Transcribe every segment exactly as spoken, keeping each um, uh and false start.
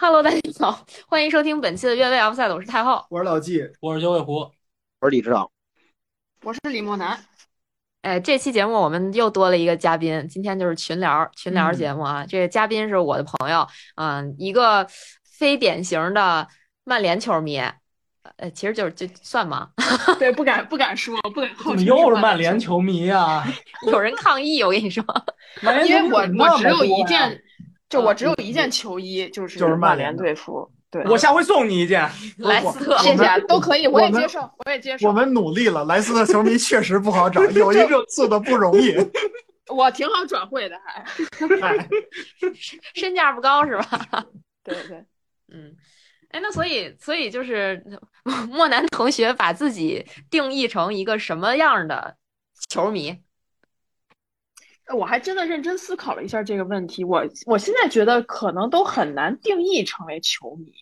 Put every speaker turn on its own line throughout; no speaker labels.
Hello，大家好，欢迎收听本期的越位 Offside，我是太后。
我是老纪。
我是九尾狐。
我是李指导。
我是李莫南。
哎，这期节目我们又多了一个嘉宾，今天就是群聊群聊
嗯，
节目啊。这个嘉宾是我的朋友，嗯，一个非典型的曼联球迷，呃，其实就是就算吗？
对，不敢不敢说，不敢号
怎么
称
又是曼
曼联球迷。
联球迷啊？
有人抗议，我跟你说，
曼联
因为我
球迷怎么
我只有
那么多呀？
一件，就我
啊，
只有一件球衣，就
就是
是曼联
曼联的。
队服。对，
我下回送你一件。
莱斯特，
谢谢啊，都可以，我
我们
也接受，我也接受。
我们努力了，莱斯特球迷确实不好找，有一个次的不容易。
我挺好转会的，还。
哎，
身价不高是吧？
对对。
嗯，哎，那所以所以就是莫南同学把自己定义成一个什么样的球迷？
我还真的认真思考了一下这个问题，我我现在觉得可能都很难定义成为球迷。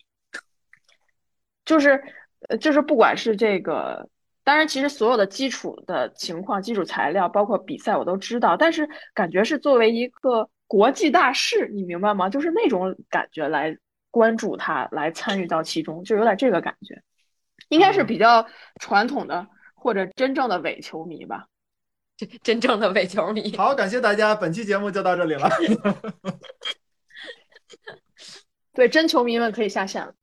就是呃，就是不管是这个，当然其实所有的基础的情况、基础材料，包括比赛我都知道，但是感觉是作为一个国际大事，你明白吗？就是那种感觉来关注它，来参与到其中，就有点这个感觉。应该是比较传统的或者真正的伪球迷吧。
真正的伪球迷。
好，感谢大家，本期节目就到这里了。
对，真球迷们可以下线了。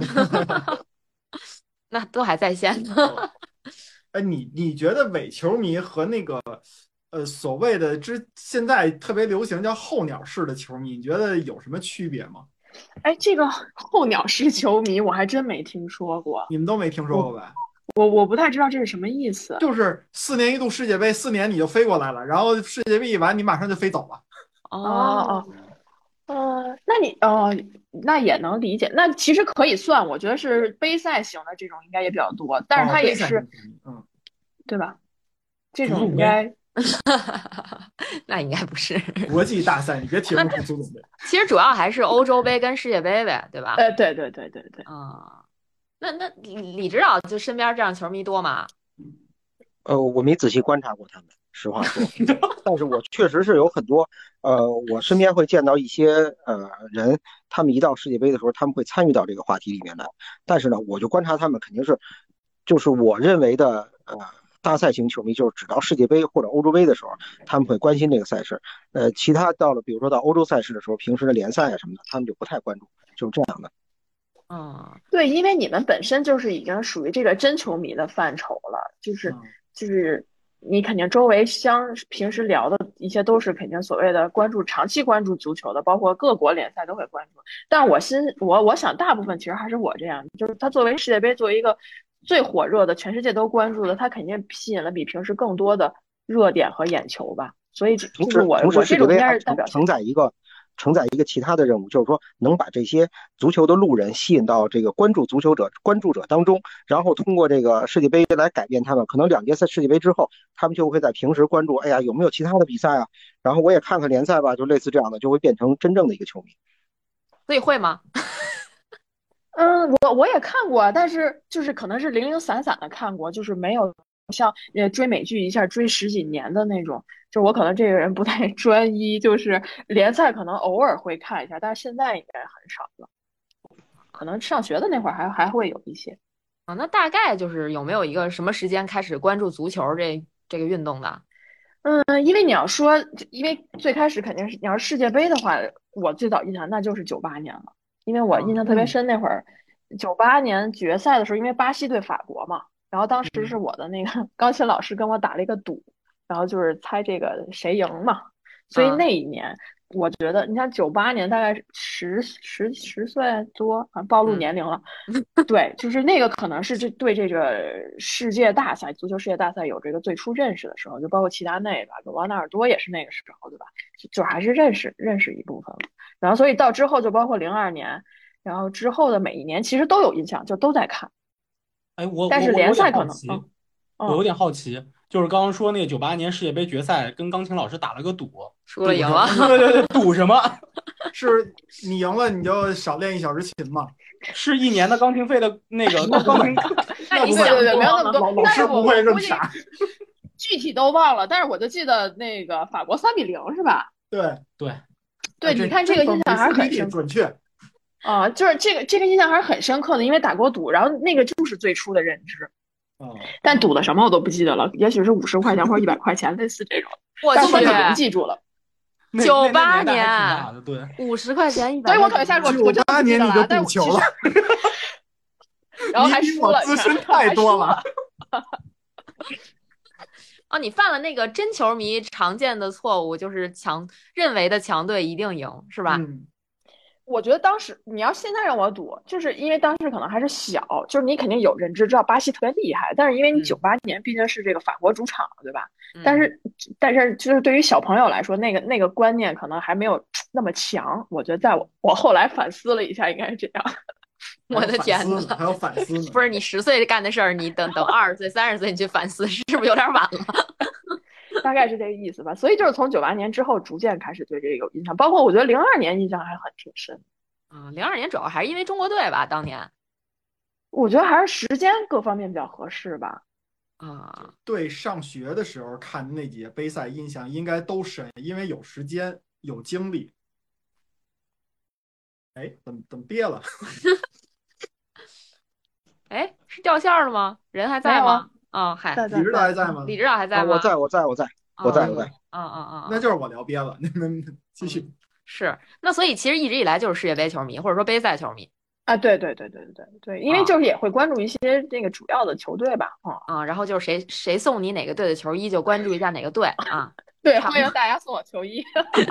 那都还在线呢。
哎，你你觉得伪球迷和那个呃所谓的之现在特别流行叫候鸟式的球迷，你觉得有什么区别吗？
哎，这个候鸟式球迷我还真没听说过，
你们都没听说过
我
吧？
我我不太知道这是什么意思。
就是四年一度世界杯，四年你就飞过来了，然后世界杯一完，你马上就飞走了。
哦
哦，
哦。呃，那你哦，那也能理解。那其实可以算，我觉得是杯赛型的这种应该也比较多，但是
哦，
它
杯赛型
也是，
球迷，嗯，
对吧？这
足总杯。
种应该
那应该不是。
国际大赛，你别提
那
了，足总杯。
其实主要还是欧洲杯跟世界杯呗，对吧？
呃，对对对对对。
啊、那那李李指导就身边这样球迷多吗？
呃，我没仔细观察过他们，实话说，但是我确实是有很多，呃，我身边会见到一些呃人，他们一到世界杯的时候，他们会参与到这个话题里面来。但是呢，我就观察他们肯定是，就是我认为的呃大赛型球迷，就是只到世界杯或者欧洲杯的时候，他们会关心这个赛事。呃，其他到了比如说到欧洲赛事的时候，平时的联赛啊什么的，他们就不太关注，就是这样的。
嗯，
对，因为你们本身就是已经属于这个真球迷的范畴了，就是
嗯，
就是你肯定周围相平时聊的一些都是肯定所谓的关注长期关注足球的，包括各国联赛都会关注。但我心我我想大部分其实还是我这样，就是它作为世界杯作为一个最火热的，全世界都关注的，它肯定吸引了比平时更多的热点和眼球吧。所以
同
就是我
时同时世界
我这种应该
杯还承
是代表性。
承载一个承载一个其他的任务，就是说能把这些足球的路人吸引到这个关注足球者关注者当中，然后通过这个世界杯来改变他们。可能两届赛世界杯之后，他们就会在平时关注，哎呀有没有其他的比赛啊？然后我也看看联赛吧，就类似这样的，就会变成真正的一个球迷。
所以会吗？
嗯，我我也看过，但是就是可能是零零散散的看过，就是没有像呃追美剧一下追十几年的那种。就我可能这个人不太专一，就是联赛可能偶尔会看一下，但是现在应该很少了。可能上学的那会儿还还会有一些。
啊，那大概就是有没有一个什么时间开始关注足球这这个运动的？
嗯，因为你要说，因为最开始肯定是你要是世界杯的话，我最早印象那就是九八年了，因为我印
啊，
象特别
嗯
深，那会儿九八年决赛的时候，因为巴西对法国嘛，然后当时是
嗯，
我的那个钢琴老师跟我打了一个赌，然后就是猜这个谁赢嘛，所以
嗯，
那一年我觉得，你像九八年大概十十十岁多啊，暴露
嗯，
年龄了。对，就是那个可能是这对这个世界大赛、足球世界大赛有这个最初认识的时候，就包括齐达内吧，就罗纳尔多也是那个时候，对吧？就就还是认识认识一部分了。然后所以到之后就包括零二年，然后之后的每一年其实都有印象，就都在看。
哎，我
但是
我我有点
联赛可能，
好奇，
嗯
我有
嗯。
点好奇，就是刚刚说那个九八年世界杯决赛跟钢琴老师打了个赌，
输了赢了。
赌什么呢？
对对对，赌什么？
是你赢了你就少练一小时琴嘛？
是一年的钢琴费的那个钢钢琴。
那你
那不会，
想
对对对，
过吗？
没有那么多，
老老
但是
师不会
我我估计
这么傻。
具体都忘了，但是我就记得那个法国三比零是吧？
对，
对，
哎，
对，
这
你看这
这
个印象还是
分析
很
P P T
深刻。
准确。
啊，就是这个这个印象还是很深刻的，因为打过赌，然后那个就是最初的认知，
哦，
但赌的什么我都不记得了，也许是五十块钱或者一百块钱，类似这种，
我
但是
去，
已经记住了。
那
九八
那那年代还挺大
年
的，对，
五十块钱一百，
所以我可能下次我我
九
真的不记得了，
八年你就
但是我其实
赌球了，
然后还
你比
输了，
我资深太多了。
哦，你犯了那个真球迷常见的错误，就是强认为的强队一定赢，是吧？
嗯，
我觉得当时你要现在让我赌，就是因为当时可能还是小，就是你肯定有认知知道巴西特别厉害，但是因为你
嗯
九八年毕竟是这个法国主场，对吧？
嗯
但是但是就是对于小朋友来说，那个那个观念可能还没有那么强。我觉得在我我后来反思了一下，应该是这样。
我的天
呐，
呐，
还有反思呢。
不是你十岁干的事儿，你等等二十岁、三十岁你去反思，是不是有点晚了？
大概是这个意思吧。所以就是从九八年之后，逐渐开始对这个有印象，包括我觉得零二年印象还很挺深。
啊，零二年主要还是因为中国队吧，当年
我觉得还是时间各方面比较合适吧。
啊，
对，上学的时候看的那几届杯赛印象应该都深，因为有时间有精力。哎，怎么怎么憋了？
哎，是掉线了吗？人还在吗？啊，嗨，
在在
李指导还在吗？
李指导还在
啊，
吗？
我在我在我在我在我在。
嗯嗯嗯，
那就是我聊憋了。你们继续。
是，那所以其实一直以来就是世界杯球迷，或者说杯赛球迷
啊，对对对对对对，因为就是也会关注一些这个主要的球队吧，啊、
啊，然后就是谁谁送你哪个队的球衣，就关注一下哪个队啊。
对，
差不多
欢迎大家送我球衣，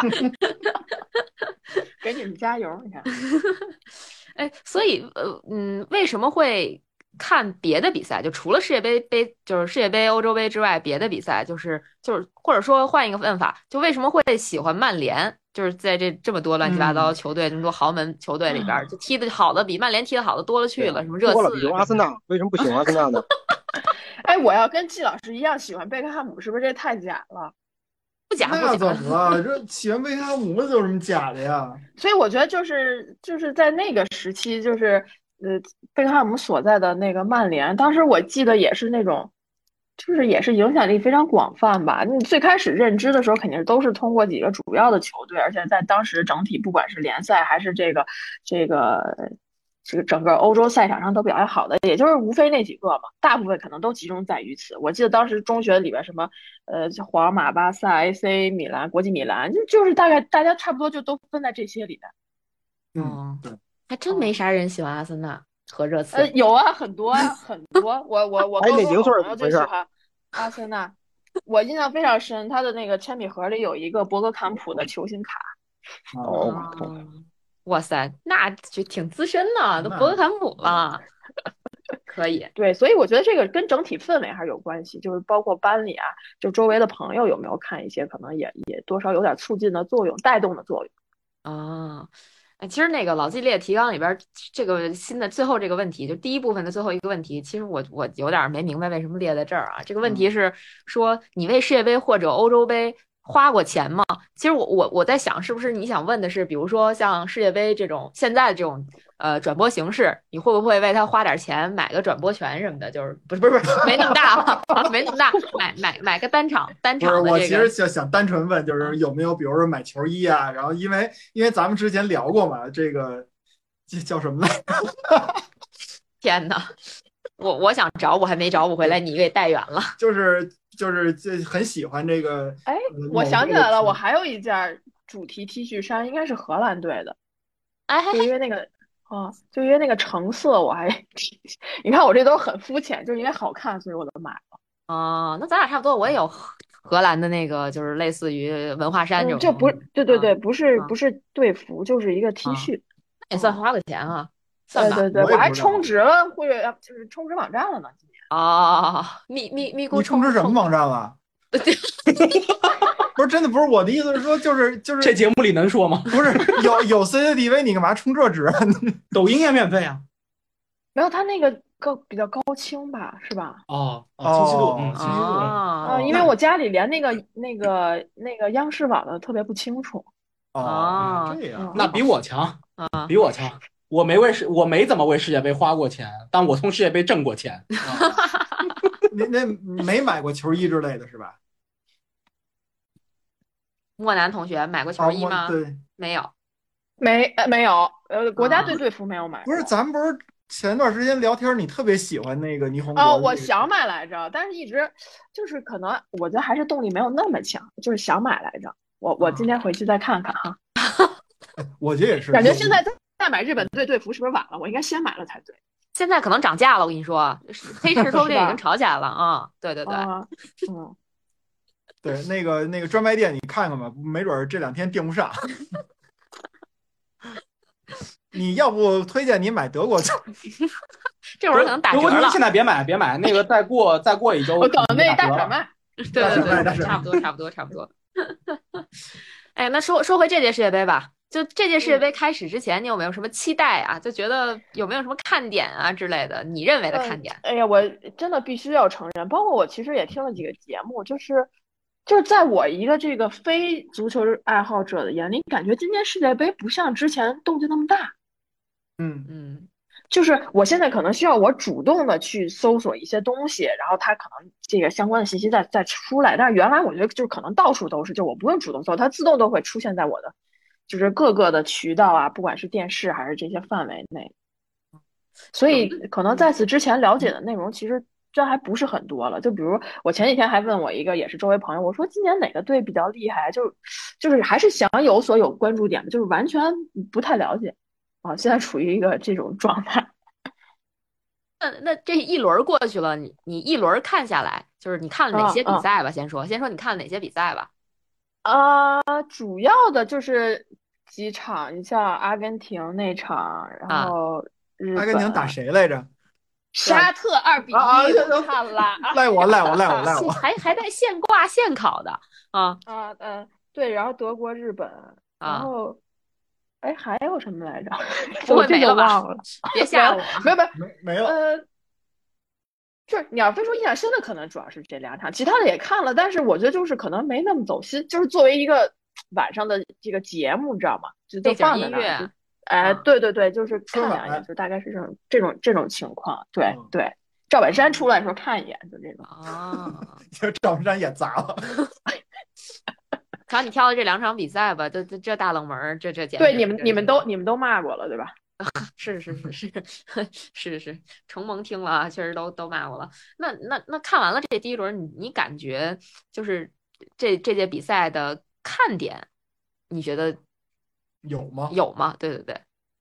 给你们加油。你看，
哎，所以呃嗯，为什么会看别的比赛？就除了世界杯杯，就是世界杯、欧洲杯之外，别的比赛，就是就是或者说换一个问法，就为什么会喜欢曼联？就是在这这么多乱七八糟的球队，这么多豪门球队里边，就踢得好的比曼联踢得好的多了去了，什么热刺
多了，比如阿森纳，为什么不喜欢阿森纳呢？
哎，我要跟季老师一样喜欢贝克汉姆，是不是这太假了？
不假不
那
假。
怎么了？这喜欢贝克汉姆有什么假的呀？
所以我觉得就是就是在那个时期，就是呃贝克汉姆所在的那个曼联，当时我记得也是那种。就是也是影响力非常广泛吧。你最开始认知的时候，肯定是都是通过几个主要的球队，而且在当时整体不管是联赛还是这个这个这个整个欧洲赛场上都表现好的，也就是无非那几个嘛，大部分可能都集中在于此。我记得当时中学里边什么呃皇马、巴萨、A C 米兰、国际米兰，就就是大概大家差不多就都分在这些里边。
嗯，对，
还真没啥人喜欢阿森纳和热刺。
呃，有啊，很多啊，很多。我我我
哎那零碎儿
高中好朋友
怎么回事
最喜欢阿森纳，我印象非常深，他的那个铅笔盒里有一个博格坎普的球星卡。
哦，
哦，哇塞，那就挺资深呢，都
那
博格坎普了，可以。
对，所以我觉得这个跟整体氛围还是有关系，就是包括班里啊，就周围的朋友有没有看一些，可能也也多少有点促进的作用，带动的作用。
啊，哎，其实那个老纪列提纲里边儿这个新的最后这个问题，就第一部分的最后一个问题，其实我我有点没明白为什么列在这儿啊。这个问题是说你为世界杯或者欧洲杯花过钱吗？其实我我我在想，是不是你想问的是，比如说像世界杯这种现在的这种呃转播形式，你会不会为他花点钱买个转播权什么的？就是不是不是不是没那么大啊，没那么大，买买买个单场单
不是，
场的
我其实
这个。
想想单纯问，就是有没有比如说买球衣啊，然后因为因为咱们之前聊过嘛，这个这叫什么来着？
天呐，我我想找我还没找不回来，你给带远了。
就是就是这很喜欢这个。
哎，
呃
我想起来了，
某个
我还有一件主题 T 恤衫，应该是荷兰队的，
哎嘿嘿，
就因为那个。啊，就因为那个成色，我还，你看我这都很肤浅，就是因为好看，所以我都买了。
哦，那咱俩差不多，我也有荷荷兰的那个，就是类似于文化衫这
嗯，
种
这不，
东西
对对对，不是
啊
不是队服，就是一个 T
啊
恤。
也算花个钱啊，算吧。
对对对，
我也
我还
不知道
充值了，或者就是充值网站了呢。今年
哦，咪咪咪咕
你充值什么网站了？不是真的，不是我的意思是说，就是就是
这节目里能说吗？
不是有有 C C T V，你干嘛充这值啊？
抖音也免费啊。
没有，它那个高比较高清吧，是吧？
哦哦，清晰度，嗯，
哦
清晰度。
哦
啊，因为我家里连那个那个那个央视网的特别不清楚。
哦
这样。
那比我强，
啊，
比我强。我没为世，我没怎么为世界杯花过钱，但我从世界杯挣过钱。
你那没买过球衣之类的是吧？
莫南同学买过球衣吗？
哦对，
没有。
没呃没有，呃，国家
啊
队队服没有买过。
不是，咱们不是前段时间聊天，你特别喜欢那个霓虹
哦，
国这个，
我想买来着，但是一直就是可能我觉得还是动力没有那么强，就是想买来着。我我今天回去再看看哈。
我觉得也是。有
感觉现在再再买日本队队服是不是晚了？我应该先买了才对。
现在可能涨价了，我跟你说，黑市说不定已
是吧
经炒起来了啊！对对对，
啊，嗯，
对那个那个专卖店，你看看吧，没准儿这两天订不上。你要不推荐你买德国球？
这会儿可能打折了
德国球现。在别买，别买，那个再过再过一周，
我等那大
打折了。
甩卖。
对对
大甩卖大
对，
甩卖
差不多差不多差不多。哎，那说说回这届世界杯吧，就这届世界杯开始之前，你有没有什么期待啊？就觉得有没有什么看点啊之类的？你认为的看点？
哎呀，我真的必须要承认，包括我其实也听了几个节目，就是就是在我一个这个非足球爱好者的眼里，感觉今年世界杯不像之前动静那么大。
嗯，
嗯
就是我现在可能需要我主动的去搜索一些东西，然后它可能这个相关的信息再再出来。但是原来我觉得就可能到处都是，就我不用主动搜，它自动都会出现在我的就是各个的渠道啊，不管是电视还是这些范围内。所以可能在此之前了解的内容其实这还不是很多了。就比如我前几天还问我一个也是周围朋友，我说今年哪个队比较厉害？就就是还是想有所有关注点，就是完全不太了解啊。现在处于一个这种状态。
那那这一轮过去了，你你一轮看下来，就是你看了哪些比赛吧？先说，先说你看了哪些比赛吧。
啊、呃，主要的就是几场，你像阿根廷那场，然
啊，
后日
阿根廷打
本、
谁来着？
沙特二比一，
啊啊
我看了。
赖我赖我赖我赖我！
还还带现挂现烤的啊
啊，嗯，对，然后德国、日本，然
啊！
后，哎，还有什么来着？
不会
我这就
没了吧？
忘了。
别吓我！
没有没有，
没没了。
呃，就是你要非说印象深的，可能主要是这两场，其他的也看了，但是我觉得就是可能没那么走心。就是作为一个晚上的这个节目，你知道吗？就就
背景
放在那儿，
音乐
就哎，
啊
对对对，就是
春晚
看两眼，就大概是这种这种这种情况。对
嗯
对，赵本山出来的时候看一眼，就这种。
啊！
就赵本山也砸了。
瞧你挑的这两场比赛吧，这这这大冷门儿，这这简直
对，你们
这
你们都你们都骂过了，对吧？
是是是是是是，承蒙听了啊，确实都都骂我了。那那那看完了这第一轮，你你感觉就是这这届比赛的看点，你觉得
有吗？
有吗？对对对，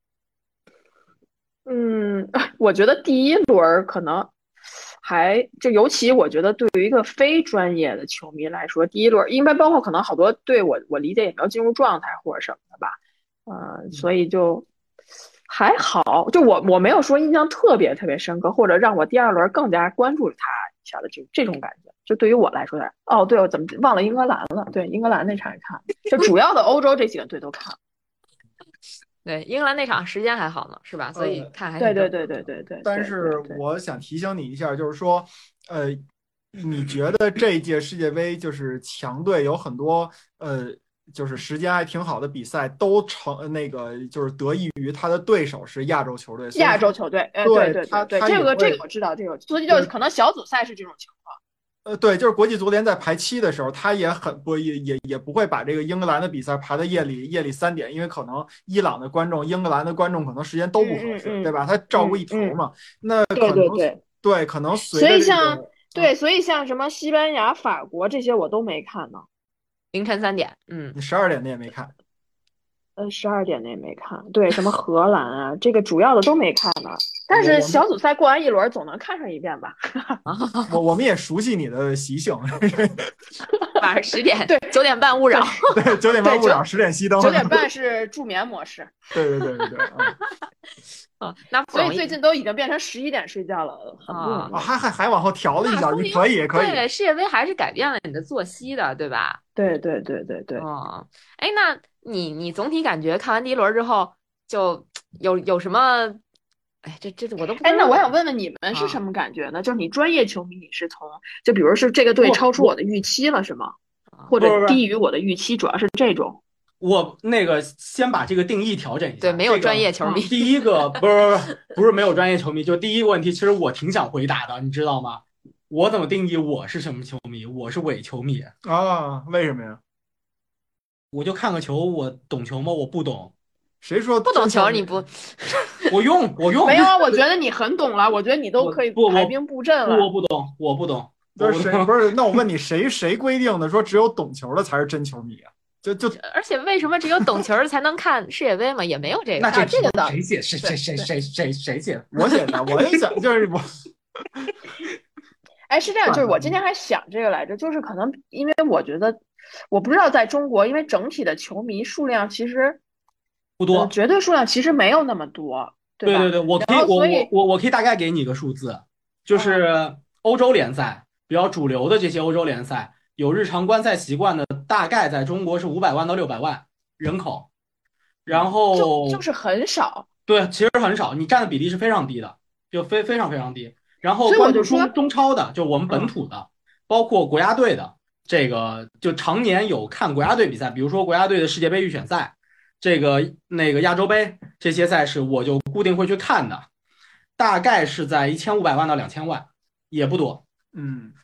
嗯，我觉得第一轮儿可能还就尤其我觉得对于一个非专业的球迷来说，第一轮儿因为包括可能好多队我我理解也没有进入状态或者什么的吧，呃，所以就还好，就我我没有说印象特别特别深刻，或者让我第二轮更加关注他一下的这这种感觉。就对于我来说的，哦，对，我怎么忘了英格兰了？对，英格兰那场也看，就主要的欧洲这几个队都看了。
对，英格兰那场时间还好呢，是吧？所以
呃
看还
对对
挺正
对对对对。
但是我想提醒你一下，就是说，呃，你觉得这一届世界杯就是强队有很多，呃，就是时间还挺好的比赛，都成那个就是得益于他的对手是亚洲球队，所以
亚洲球队，呃，
对
对对
他
对对，这个
他也会
这个我知道，这个所以就
对
可能小组赛是这种情况。
呃，对，就是国际足联在排期的时候，他也很不也也也不会把这个英格兰的比赛排到夜里夜里三点，因为可能伊朗的观众、英格兰的观众可能时间都不合适，
嗯嗯嗯
对吧？他照顾一头嘛，那可
对
能
对对，
对可能随
所
着这
以像
个
对，所以像什么西班牙、法国这些我都没看呢。
凌晨三点，嗯，
你十二点你也没看，
呃，十二点的也没看。对，什么荷兰啊，这个主要的都没看呢。但是
我我们
小组赛过完一轮，总能看上一遍吧？
我我们也熟悉你的习性，
晚上十点，
对，
九点半勿扰，
对，九点半
对
勿扰，十点熄灯，
九点半是助眠模式。
对对对对对，嗯
啊，那不容易
所以最近都已经变成十一点睡觉了，很不容
啊
易。
啊，还还还往后调了一小时，
那说明
可以可以，
对，世界杯还是改变了你的作息的，对吧？
对对对对对。
哦，哎，那你你总体感觉看完第一轮之后，就有有什么？哎，这这我都不知
哎，那
道
我想问问你们是
啊
什么感觉呢？就是你专业球迷，你是从就比如是这个队
不
超出我的预期了，是吗？
啊
或
不是不是
者低于我的预期，主要是这种。
我那个先把这个定义调整一下。
对，没有
这个
专业球迷
第一个不是不是不是没有专业球迷，就第一个问题，其实我挺想回答的，你知道吗？我怎么定义我是什么球迷？我是伪球迷，
啊，为什么呀？
我就看个球，我懂球吗？我不懂。
谁说
不懂
真球
球你不？
我用我用
没有啊，我觉得你很懂了，我觉得你都可以
不
排兵布阵
不
了。
我不懂，我不懂，
不是
我不懂。
谁不是？那我问你，谁谁规定的说只有懂球的才是真球迷啊？就就
而且为什么只有懂球儿才能看世界杯嘛？也没有这个。
那这
啊这个倒
谁写？谁谁谁谁谁谁写？
我写的，我就想就是我
哎，是这样，就是我今天还想这个来着，就是可能因为我觉得，我不知道在中国，因为整体的球迷数量其实
不多
呃绝对数量其实没有那么多，吧？
对对对，我可以我
然后所以
我我我可以大概给你一个数字，就是欧洲联赛比较主流的这些欧洲联赛，有日常观赛习惯的，大概在中国是五百万到六百万人口，然后
就就是很少，
对，其实很少，你占的比例是非常低的，就非非常非常低。然后
所以我
关注
就说
中中超的，就我们本土的，包括国家队的，这个就常年有看国家队比赛，比如说国家队的世界杯预选赛，这个那个亚洲杯这些赛事，我就固定会去看的，大概是在一千五百万到两千万，也不多。
嗯，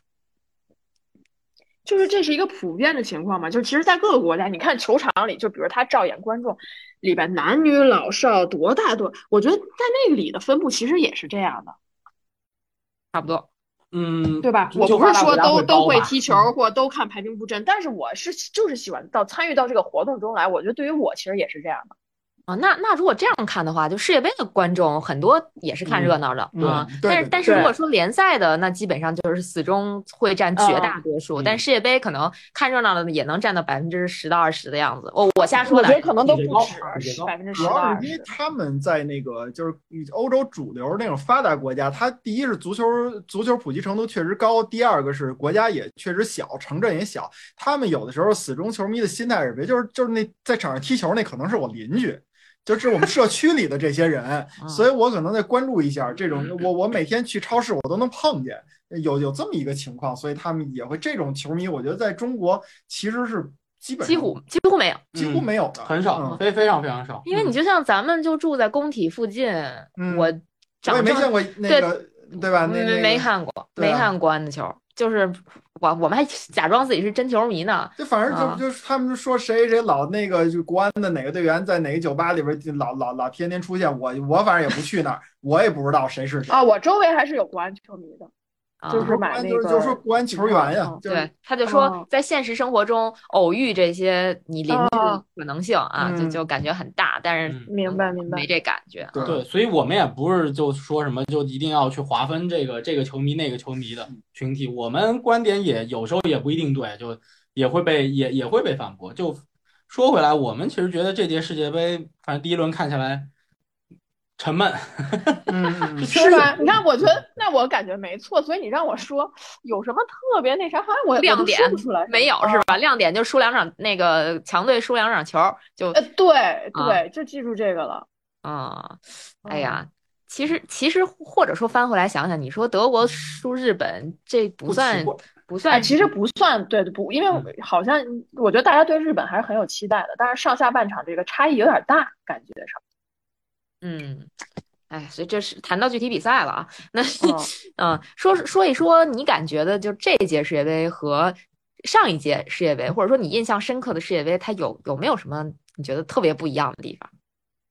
就是这是一个普遍的情况嘛，就其实，在各个国家，你看球场里，就比如他照眼观众里边男女老少多大多，我觉得在那里的分布其实也是这样的。
差不多。
嗯，
对吧？
足球
我不是说
发达国家
都都会
会高吧
踢球或都看排兵布阵，但是我是就是喜欢到参与到这个活动中来。我觉得对于我其实也是这样的。
啊，那那如果这样看的话，就世界杯的观众很多也是看热闹的
嗯
啊。
对对
但是但是
对
如果说联赛的，那基本上就是始终会占绝大多数。
嗯
但世界杯可能看热闹的也能占到百分之十到二十的样子。我我瞎说的
我觉得。可能都
比这高
不止
比这高
百分之
主
十到二
要是因为
十。
他们在那个就是欧洲主流那种发达国家，它第一是足球足球普及程度确实高，第二个是国家也确实小，城镇也小。他们有的时候死忠球迷的心态是别就是就是那在场上踢球那可能是我邻居。就是我们社区里的这些人，所以我可能得关注一下这种。我我每天去超市我都能碰见，有有这么一个情况，所以他们也会这种球迷。我觉得在中国其实是基本上
几乎几乎没有，
几乎没有的，
很少，
嗯
非非常非常少。
因为你就像咱们就住在工体附近，
嗯
我
我
长这么
也没见过那个，对吧？那那
没
个
没看过，
对啊
没看过安的球，就是我我们还假装自己是真球迷呢。
就反正
啊
就就是他们就说谁谁老那个就国安的哪个队员在哪个酒吧里边老老老天天出现，我我反正也不去那儿，我也不知道谁是谁。
啊，我周围还是有国安球迷的，
啊
就是买那个
就是就是说国安球员呀
嗯，
就是
对，他就说
哦
在现实生活中偶遇这些你邻居的
哦
可能性啊，就
嗯
就感觉很大，但是
嗯
明白明白
没这感觉。
对
对，所以我们也不是就说什么就一定要去划分这个这个球迷那个球迷的群体，我们观点也有时候也不一定对，就也会被也也会被反驳。就说回来，我们其实觉得这届世界杯，反正第一轮看下来沉闷，
嗯嗯嗯，
是吧？你看，我觉得那我感觉没错，所以你让我说有什么特别那啥，好像我
亮点
我都说不出来，
没有是吧？亮点就输两场，那个强队输两场球就
呃，对
啊
对，就记住这个了。
啊，哎呀，其实其实或者说翻回来想想，你说德国输日本，这不
不奇
算
怪
哎，
不算，
其实不算，对对不，因为好像我觉得大家对日本还是很有期待的，但是上下半场这个差异有点大，感觉上。
嗯，哎，所以这是谈到具体比赛了啊。那
嗯
嗯，说说一说你感觉的，就这届世界杯和上一届世界杯，或者说你印象深刻的世界杯，它有有没有什么你觉得特别不一样的地方？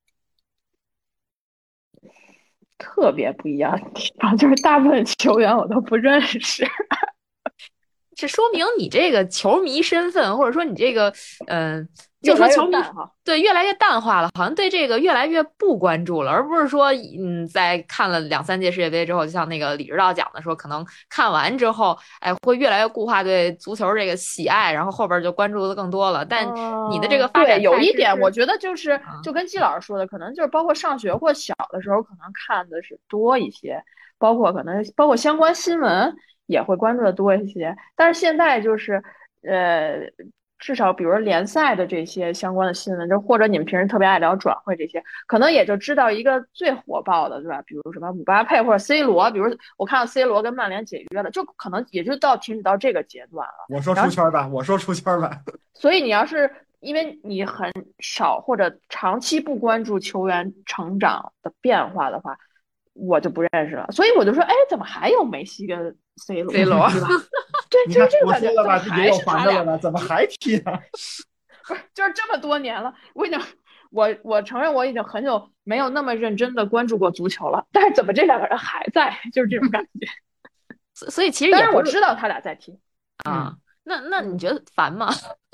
特别不一样的地方就是大部分球员我都不认识。
这说明你这个球迷身份，或者说你这个，嗯、就
越来越
说球迷
淡哈
对越来越淡化了，好像对这个越来越不关注了，而不是说，嗯，在看了两三届世界杯之后，就像那个李指导讲的说，可能看完之后，哎，会越来越固化对足球这个喜爱，然后后边就关注的更多了。但你的这个发展
对，有一点，
态势是
我觉得就是
啊
就跟季老师说的，可能就是包括上学或小的时候，可能看的是多一些，包括可能包括相关新闻也会关注的多一些。但是现在就是呃，至少比如说联赛的这些相关的新闻，就或者你们平时特别爱聊转会这些，可能也就知道一个最火爆的，对吧？比如什么姆巴佩或者 C 罗，比如我看到 C 罗跟曼联解约了，就可能也就到停止到这个阶段了。
我说出圈吧，我说出圈吧。
所以你要是因为你很少或者长期不关注球员成长的变化的话，我就不认识了。所以我就说，哎，怎么还有梅西跟 C 罗？
C 罗
是吧？对，
你看
就是这个感觉，
我说了吧，
怎么还
也有
是他俩
烦的了？呢，怎么还踢呢？
不是，就是这么多年了，我已经我我承认我已经很久没有那么认真的关注过足球了，但是怎么这两个人还在，就是这种感觉。
所所以其实
但
也不是
是我知道他俩在踢。
啊。那那你
嗯
觉得烦吗？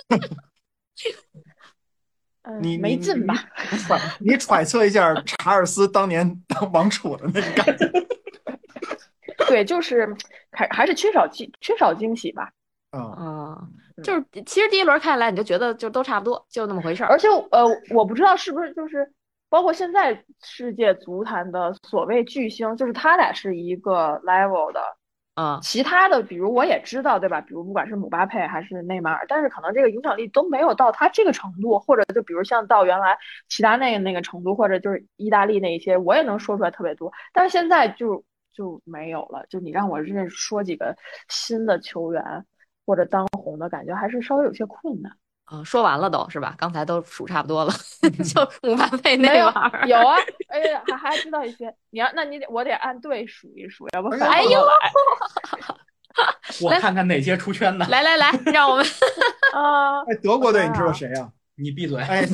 嗯，
你你
没劲吧？
你揣你揣测一下查尔斯当年当王储的那个感觉
对，就是还还是缺少惊缺少惊喜吧。
啊。
啊，就是其实第一轮看下来，你就觉得就都差不多，就那么回事儿。
而且呃，我不知道是不是就是包括现在世界足坛的所谓巨星，就是他俩是一个 level 的。
啊，
其他的，比如我也知道，对吧？比如不管是姆巴佩还是内马尔，但是可能这个影响力都没有到他这个程度，或者就比如像到原来齐达内那个程度，或者就是意大利那一些，我也能说出来特别多。但是现在就就没有了。就你让我认说几个新的球员或者当红的，感觉还是稍微有些困难。
啊，说完了都是吧？刚才都数差不多了，就姆巴佩、
没有
内马尔。
有啊，哎呀，还还知道一些。你要那你得我得按队数一数，要不反
哎
呦
过来。
我看看哪些出圈的。
来来来，让我们
啊，
哎，德国队你知道谁呀？
你闭嘴。
哎，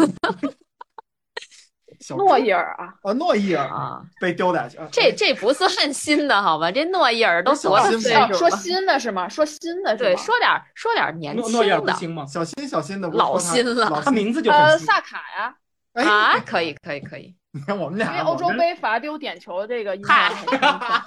小
诺伊尔啊，
啊，诺伊尔
啊，
被丢下去。啊
这这不算新的好吧？这诺伊尔都多大
小心
哦说
岁数了？
新的是吗？说新的是
对，
吗？
说点说点年轻
诺诺伊尔不
的
新吗？
小心小心的，
老新了
老
他名字就
呃，
很新。
萨卡呀，
哎，
啊，可以可以可以。
你看我们
因为
俩，
欧洲
我们
杯罚丢点球这个印象很深刻。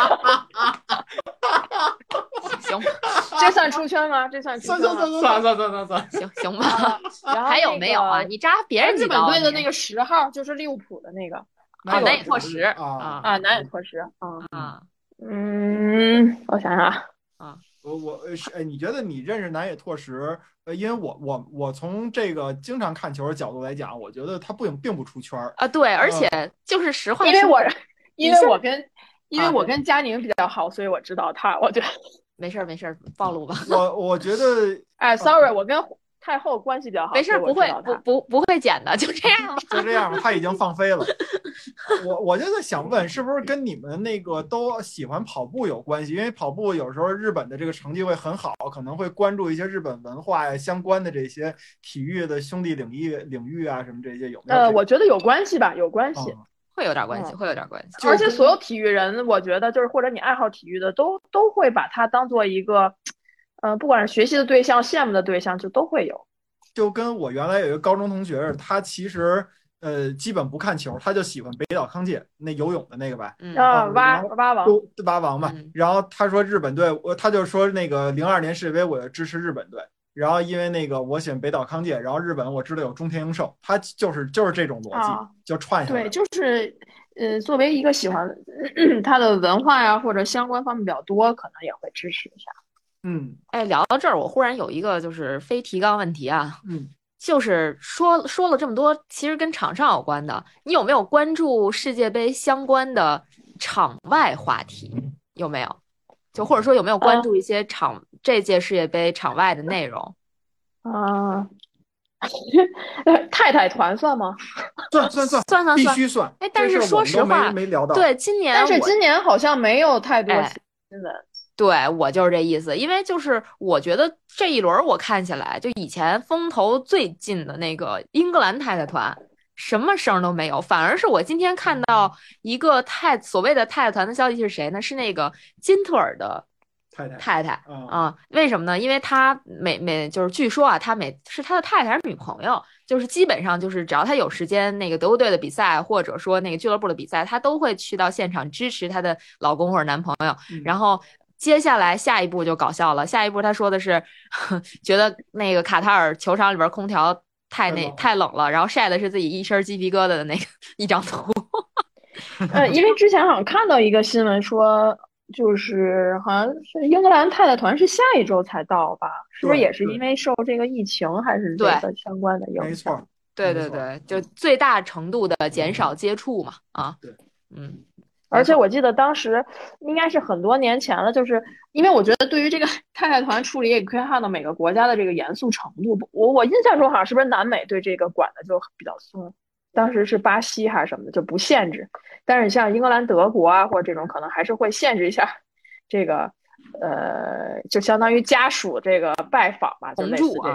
行
这算出圈吗？这算出
算
圈吗？
算算算
算算算算算。
行行吧。
啊然后
还有
那
没有啊？
个
你扎别人几
日本
刀啊你
队的那个十号就是利物浦的那个
啊，
那
难以
个是
拓实
啊
啊，难以拓实啊。
啊
嗯，我想想啊，
啊！
我我呃是哎，你觉得你认识南野拓实？呃，因为我我我从这个经常看球的角度来讲，我觉得他并并不出圈儿。
啊，对，而且就是实话
因为我
说你
因为
现
我跟因为
啊对
我跟佳宁比较好，所以我知道他。我觉得，
没事儿没事儿，暴露吧。
我我觉得
哎，sorry，我跟太后关系比较好，
没事儿，
所以
不会不
我知道他。
不不会剪的，就这样吧。
就这样吧，他已经放飞了。我我就在想问，是不是跟你们那个都喜欢跑步有关系？因为跑步有时候日本的这个成绩会很好，可能会关注一些日本文化呀相关的这些体育的兄弟领域领域啊什么这些有没有这个？
呃，我觉得有关系吧，有关系。
嗯
会有点关系，
嗯
会有点关系。
就
而且
跟
所有体育人，我觉得就是或者你爱好体育的，都都会把它当做一个，呃，不管是学习的对象、羡慕的对象，就都会有。
就跟我原来有一个高中同学似的，他其实呃基本不看球，他就喜欢北岛康介那游泳的那个吧，
嗯
啊，
嗯
蛙
然后
蛙王，
都蛙王嘛
嗯。
然后他说日本队，我他就说那个零二年世界杯我就支持日本队。然后因为那个我喜欢北岛康介，然后日本我知道有中田英寿，他就是就是这种逻辑
啊
就串下来
对，
了。
就是呃，作为一个喜欢他的文化呀或者相关方面比较多，可能也会支持一下。
嗯
哎，聊到这儿，我忽然有一个就是非提纲问题啊，
嗯，
就是说说了这么多，其实跟场上有关的，你有没有关注世界杯相关的场外话题？有没有？就或者说有没有关注一些场、这届世界杯场外的内容？
啊，太太团算吗？
算算算必
算算算。
须算。
哎，但是
这事儿我们都
说实话，
没没聊到。
对，今年
但是
我
今年好像没有太多
哎
新闻。
对我就是这意思，因为就是我觉得这一轮我看起来，就以前风头最近的那个英格兰太太团，什么声都没有，反而是我今天看到一个太所谓的太太团的消息是谁呢？是那个金特尔的
太太
太太
啊
啊，为什么呢？因为他每每就是据说啊，他每是他的太太还是女朋友，就是基本上就是只要他有时间，那个德国队的比赛或者说那个俱乐部的比赛，他都会去到现场支持他的老公或者男朋友。
嗯
然后接下来下一步就搞笑了，下一步他说的是，觉得那个卡塔尔球场里边空调太那太冷了，然后晒的是自己一身鸡皮疙瘩的那个一张图。
呃，因为之前好像看到一个新闻说，就是好像是英格兰太太团是下一周才到吧？是不是
对
也是
对
因为受这个疫情还是这
对
个相关的影响？
没错。
对
没错
对对，就最大程度的减少接触嘛，啊，
对，
嗯，
而且我记得当时应该是很多年前了，就是因为我觉得对于这个太太团处理，也可以看到每个国家的这个严肃程度。我我印象中好像是不是南美对这个管的就比较松，当时是巴西还是什么的就不限制，但是像英格兰、德国啊或者这种可能还是会限制一下这个，呃，就相当于家属这个拜访吧，就
同
类似
住啊
这种。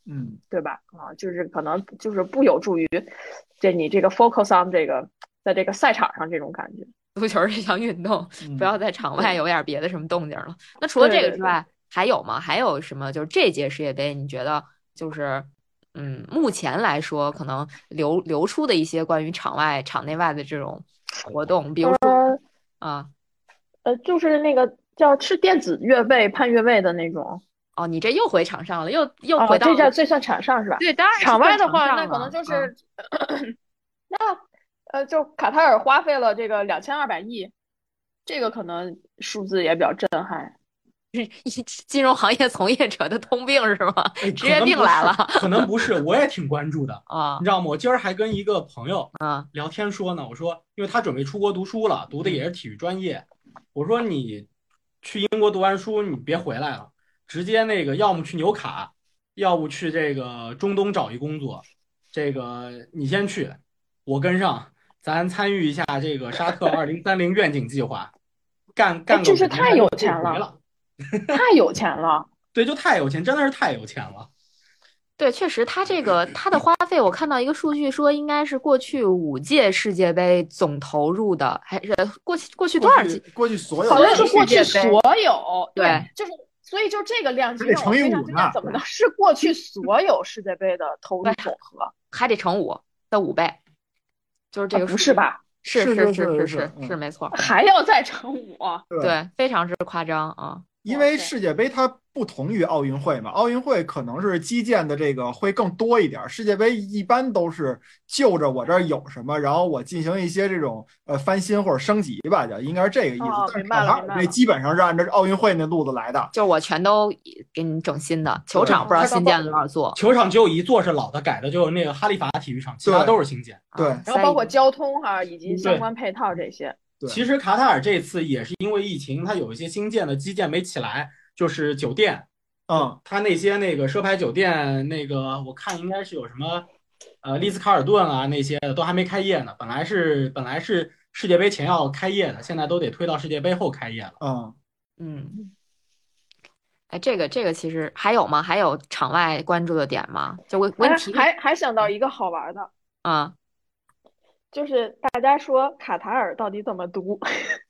嗯，
对吧？啊，就是可能就是不有助于这你这个 focus on 这个在这个赛场上这种感觉。
足球这项运动，
嗯
不要在场外
对
有点别的什么动静了。那除了这个
对对对，
之外，还有吗？还有什么？就是这届世界杯，你觉得就是嗯，目前来说可能流流出的一些关于场外、场内外的这种活动，比如说
呃
啊，
呃，就是那个叫是电子越位判越位的那种。
哦，你这又回场上了，又又回
哦，
到了
这叫这算场上是吧？
对，当然是
场外
算场
的话，那
上了，
可能就
嗯。
是那呃，就卡塔尔花费了这个两千二百亿，这个可能数字也比较震撼。
金融行业从业者的通病是吗？
哎，
职业
可能不是，
病来了
可能不是，我也挺关注的，
啊
你知道吗？我今儿还跟一个朋友
啊！
聊天说呢，我说，因为他准备出国读书了，读的也是体育专业，我说你去英国读完书，你别回来了，直接那个要么去纽卡，要不去这个中东找一工作，这个你先去，我跟上，咱参与一下这个沙特二零三零愿景计划，干
哎，
干个
这
五年咱就
是太有
可以回
钱了，
了。
太有钱了。
对，就太有钱，真的是太有钱了。
对，确实，他这个他的花费，我看到一个数据说，应该是过去五届世界杯总投入的，还是过去过去多少届？
过去过去所有
好像是
世
过去
界杯
所有，
对，
就是所以就这个量级
还得
让我
乘以五呢
非常惊讶，怎么能是过去所有世界杯的投入总和？
还得乘五的五倍，就是这
啊，
个数据
不是吧？
是
是是
是是是
是是
嗯
是没错，
还要再乘五？
对，
对，非常之夸张啊。
因为世界杯它不同于奥运会嘛，奥运会可能是基建的这个会更多一点，世界杯一般都是就着我这儿有什么，然后我进行一些这种呃翻新或者升级吧，就应该是这个意思。
哦
但是
明白了明白了
卡塔尔这基本上是按照奥运会那路子来的。
就我全都给你整新的，球场不知道新建了多少座，
球场只有一座是老的，改的就是那个哈利法体育场，其他都是新建。
对
啊
然后包括
塞
交通哈、以及相关配套这些。
对
其实卡塔尔这次也是因为疫情，它有一些新建的基建没起来，就是酒店，
嗯，
它那些那个奢牌酒店，那个我看应该是有什么，呃，丽思卡尔顿啊那些的都还没开业呢。本来是本来是世界杯前要开业的，现在都得推到世界杯后开业了。
嗯，
嗯，哎，这个这个其实还有吗？还有场外关注的点吗？就我我
哎，
提
还还想到一个好玩的，
啊，
就是大家说卡塔尔到底怎么读？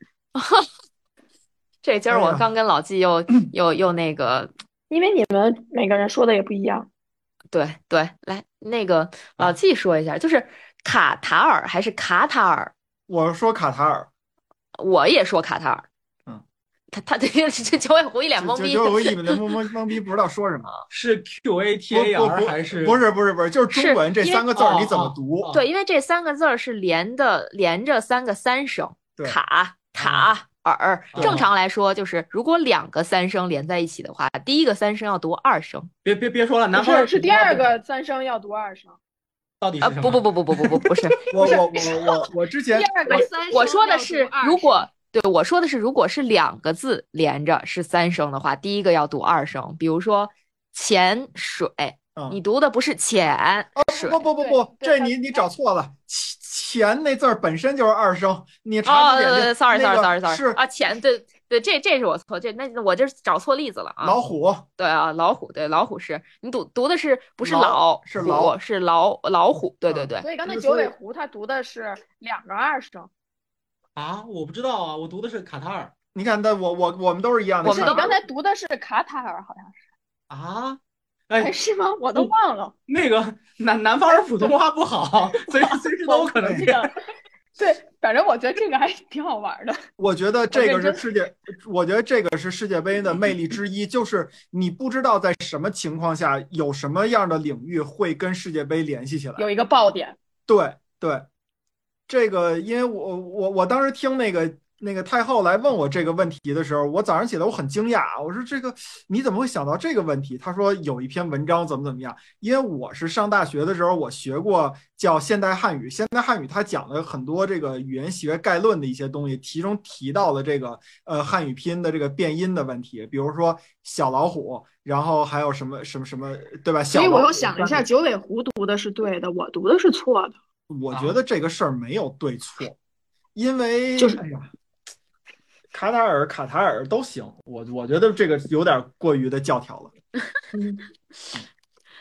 这今儿我
哎呀
刚跟老纪又又又那个，
因为你们每个人说的也不一样。
对对，来那个老纪说一下，就是卡塔尔还是卡塔尔？
我说卡塔尔，
我也说卡塔尔。
嗯，
他他这这九尾狐一脸懵逼，
就就有一本的懵懵懵逼，不知道说什么。
是 Q A T A
不
R
不
还是
不是不是不是，就是中文这
因为
三个字儿
哦
你怎么读？
哦
对，因为这三个字儿是连的连着三个三声，
对
卡塔尔。
哦
正常来说，就是如果两个三声连在一起的话，第一个三声要读二声。
别别别说了，
不
南方
是，是第二个三声要读二声，
啊，
到底是什么？
不不不不不不不不是，
我我我我我之前
第二个三声
我说的
要
是
读二
如果
声
对我说的是如果是两个字连着是三声的话，第一个要读二声。比如说潜水，
嗯
你读的不是潜水
不不不不，
对对
这你你找错了，钱那字儿本身就是二声，你
哦，
查字典去。
对对对，sorry
那
sorry
个
sorry sorry
是
啊，潜对对，这这是我错，这那我这找错例子了啊。
老虎，
对啊，老虎，对老虎是你读读的是不是
老
老虎
是老
是老老虎，对对
嗯
对，
所以刚才
所以
九尾狐他读的是两个二声。
啊，我不知道啊，我读的是卡塔尔
你看，但我我我们都是一样的。
我们都
不是，你刚才读的是卡塔尔，好像是，
啊。
哎，
哎，
是吗？我都忘了。
那个南南方人普通话不好，随随时都有可能变。
对，反正我觉得这个还挺好玩的。
我觉得这个
我认真
是世界，我觉得这个是世界杯的魅力之一，就是你不知道在什么情况下有什么样的领域会跟世界杯联系起来。
有一个爆点，
对对，这个因为我我我当时听那个那个太后来问我这个问题的时候，我早上起来我很惊讶，我说这个你怎么会想到这个问题？他说有一篇文章怎么怎么样，因为我是上大学的时候我学过叫现代汉语，现代汉语它讲了很多这个语言学概论的一些东西，其中提到了这个呃汉语拼音的这个变音的问题，比如说小老虎，然后还有什么什么什么，对吧？小
所以我
老虎
又想了一下，九尾狐读的是对的，我读的是错的。
我觉得这个事儿没有对错，因为
就是
哎呀，卡塔尔、卡塔尔都行，我我觉得这个有点过于的教条了。
嗯，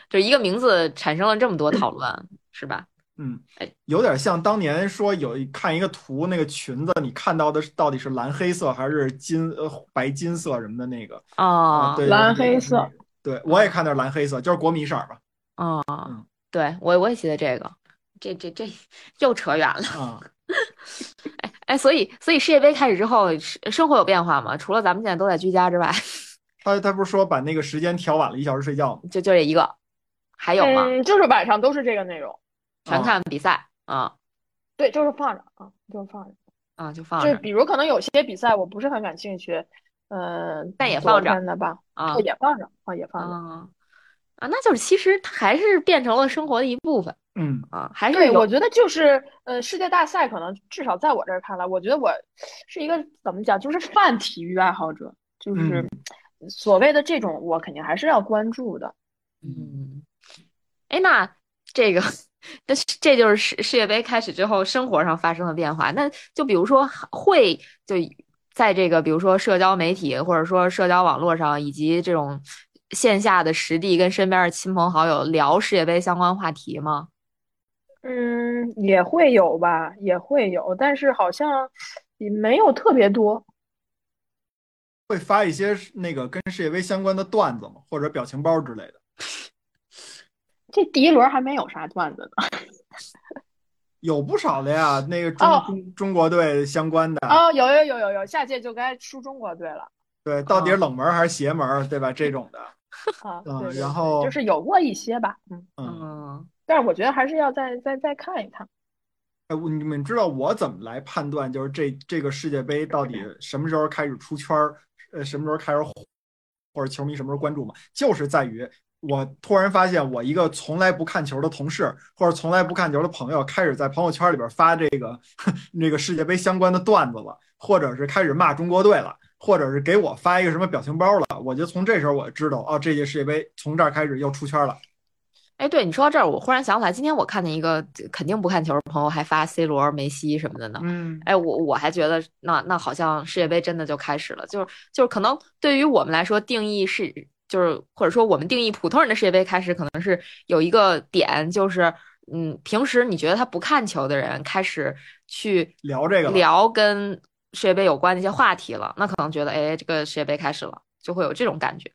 就一个名字产生了这么多讨论，是吧？
嗯
哎，
有点像当年说有一看一个图，那个裙子你看到的是到底是蓝黑色还是金呃白金色什么的那个啊？
哦，
对，
蓝
对
黑色，
对，我也看的是蓝黑色，就是国米色吧？
哦，
嗯
对我我也记得这个，这这这又扯远了。
啊，
哎，所以所以世界杯开始之后，生生活有变化吗？除了咱们现在都在居家之外，
他他不是说把那个时间调晚了一小时睡觉吗？
就就这一个，还有吗？
嗯，就是晚上都是这个内容，
全看比赛啊
对，就是放着啊，就是放着。
啊，就放着，
就比如可能有些比赛我不是很感兴趣，嗯、昨
但也放着
天的吧，
啊
哦也放着啊，也放着。
啊啊，那就是其实它还是变成了生活的一部分
嗯
啊，还是
对，
有
我觉得就是呃，世界大赛可能至少在我这儿看来，我觉得我是一个怎么讲，就是泛体育爱好者，就是
嗯
所谓的这种，我肯定还是要关注的。
嗯，哎，那这个，这这就是世世界杯开始之后生活上发生的变化。那就比如说会就在这个比如说社交媒体或者说社交网络上，以及这种线下的实地跟身边的亲朋好友聊世界杯相关话题吗？
嗯，也会有吧，也会有，但是好像也没有特别多。
会发一些那个跟世界杯相关的段子吗？或者表情包之类的？
这第一轮还没有啥段子呢。
有不少的呀，那个中
哦
中中国队相关的，
哦，有有有有有，下届就该输中国队了
对，到底是冷门还是邪门，对吧？这种的，
啊。
嗯
对对对，
然后
就是有过一些吧，嗯，
嗯，
嗯
但是我觉得还是要再再再看一看。
哎，我你们知道我怎么来判断，就是这这个世界杯到底什么时候开始出圈儿，呃，什么时候开始火，或者球迷什么时候关注吗？就是在于我突然发现，我一个从来不看球的同事，或者从来不看球的朋友，开始在朋友圈里边发这个那个世界杯相关的段子了，或者是开始骂中国队了，或者是给我发一个什么表情包了，我就从这时候我就知道，哦，这届世界杯从这儿开始又出圈了。
哎，对你说到这儿，我忽然想起来，今天我看见一个肯定不看球的朋友还发 C 罗、梅西什么的呢。
嗯，
哎，我我还觉得那那好像世界杯真的就开始了，就是就是可能对于我们来说，定义是就是或者说我们定义普通人的世界杯开始，可能是有一个点，就是嗯，平时你觉得他不看球的人开始去
聊这个了
聊跟世界杯有关的一些话题了，那可能觉得哎，这个世界杯开始了，就会有这种感觉。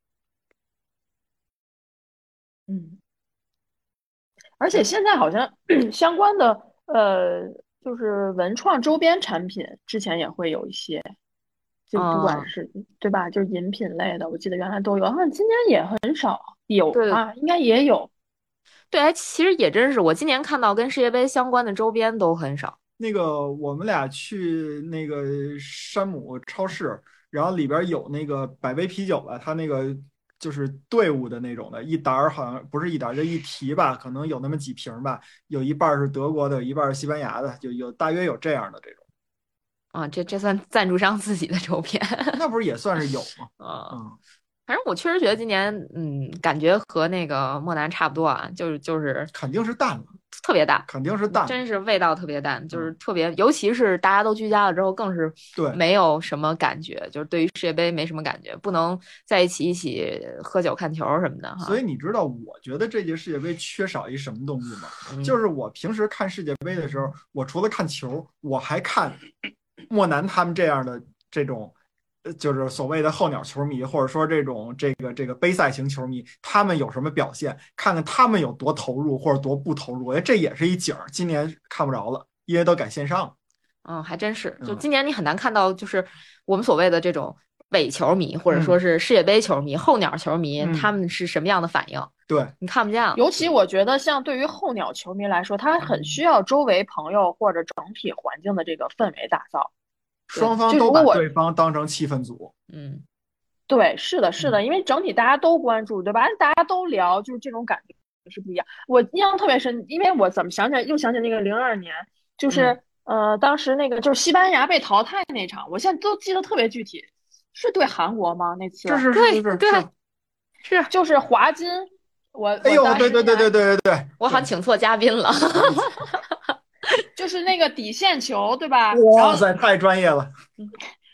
嗯，而且现在好像相关的呃，就是文创周边产品，之前也会有一些，就不管
嗯，
是对吧，就是饮品类的，我记得原来都有，好像今年也很少有
对
啊，应该也有。
对，哎，其实也真是，我今年看到跟世界杯相关的周边都很少。
那个我们俩去那个山姆超市，然后里边有那个百威啤酒吧，它那个就是队伍的那种的，一沓儿好像不是一沓儿，就一提吧，可能有那么几瓶吧，有一半儿是德国的，有一半儿是西班牙的，就有大约有这样的这种，
啊，这这算赞助商自己的周边。
那不是也算是有吗？
啊，
嗯，
反正我确实觉得今年，嗯，感觉和那个莫南差不多啊，就是就是
肯定是淡了，
特别淡，
肯定是淡了，
真是味道特别淡，就是
嗯
特别，尤其是大家都居家了之后，更是
对
没有什么感觉，就是对于世界杯没什么感觉，不能在一起一起喝酒看球什么的哈。
所以你知道，我觉得这届世界杯缺少一什么东西吗？
嗯
就是我平时看世界杯的时候，我除了看球，我还看莫南他们这样的这种，呃就是所谓的候鸟球迷，或者说这种这个这个杯赛型球迷，他们有什么表现，看看他们有多投入或者多不投入。我觉得这也是一景儿，今年看不着了，因为都改线上了。
嗯，还真是，就
嗯
今年你很难看到，就是我们所谓的这种伪球迷，或者
嗯
说是世界杯球迷、候鸟球迷，
嗯
他们是什么样的反应，
对，
你看不见了。
尤其我觉得，像对于候鸟球迷来说，他很需要周围朋友或者整体环境的这个氛围打造。
双方都
就如果我
把对方当成气氛组。
嗯，
对，是的，是的，
嗯
因为整体大家都关注，对吧？大家都聊，就是这种感觉是不一样。我印象特别深，因为我怎么想起来，又想起那个零二年，就是、呃，当时那个就是西班牙被淘汰那场，我现在都记得特别具体，是对韩国吗？那次
是是
对
是是
对
是，
是
就是华金，我
哎呦，
我当时
对对对对对对对，
我好像请错嘉宾了。
就是那个底线球，对吧？然后
哇塞，太专业了。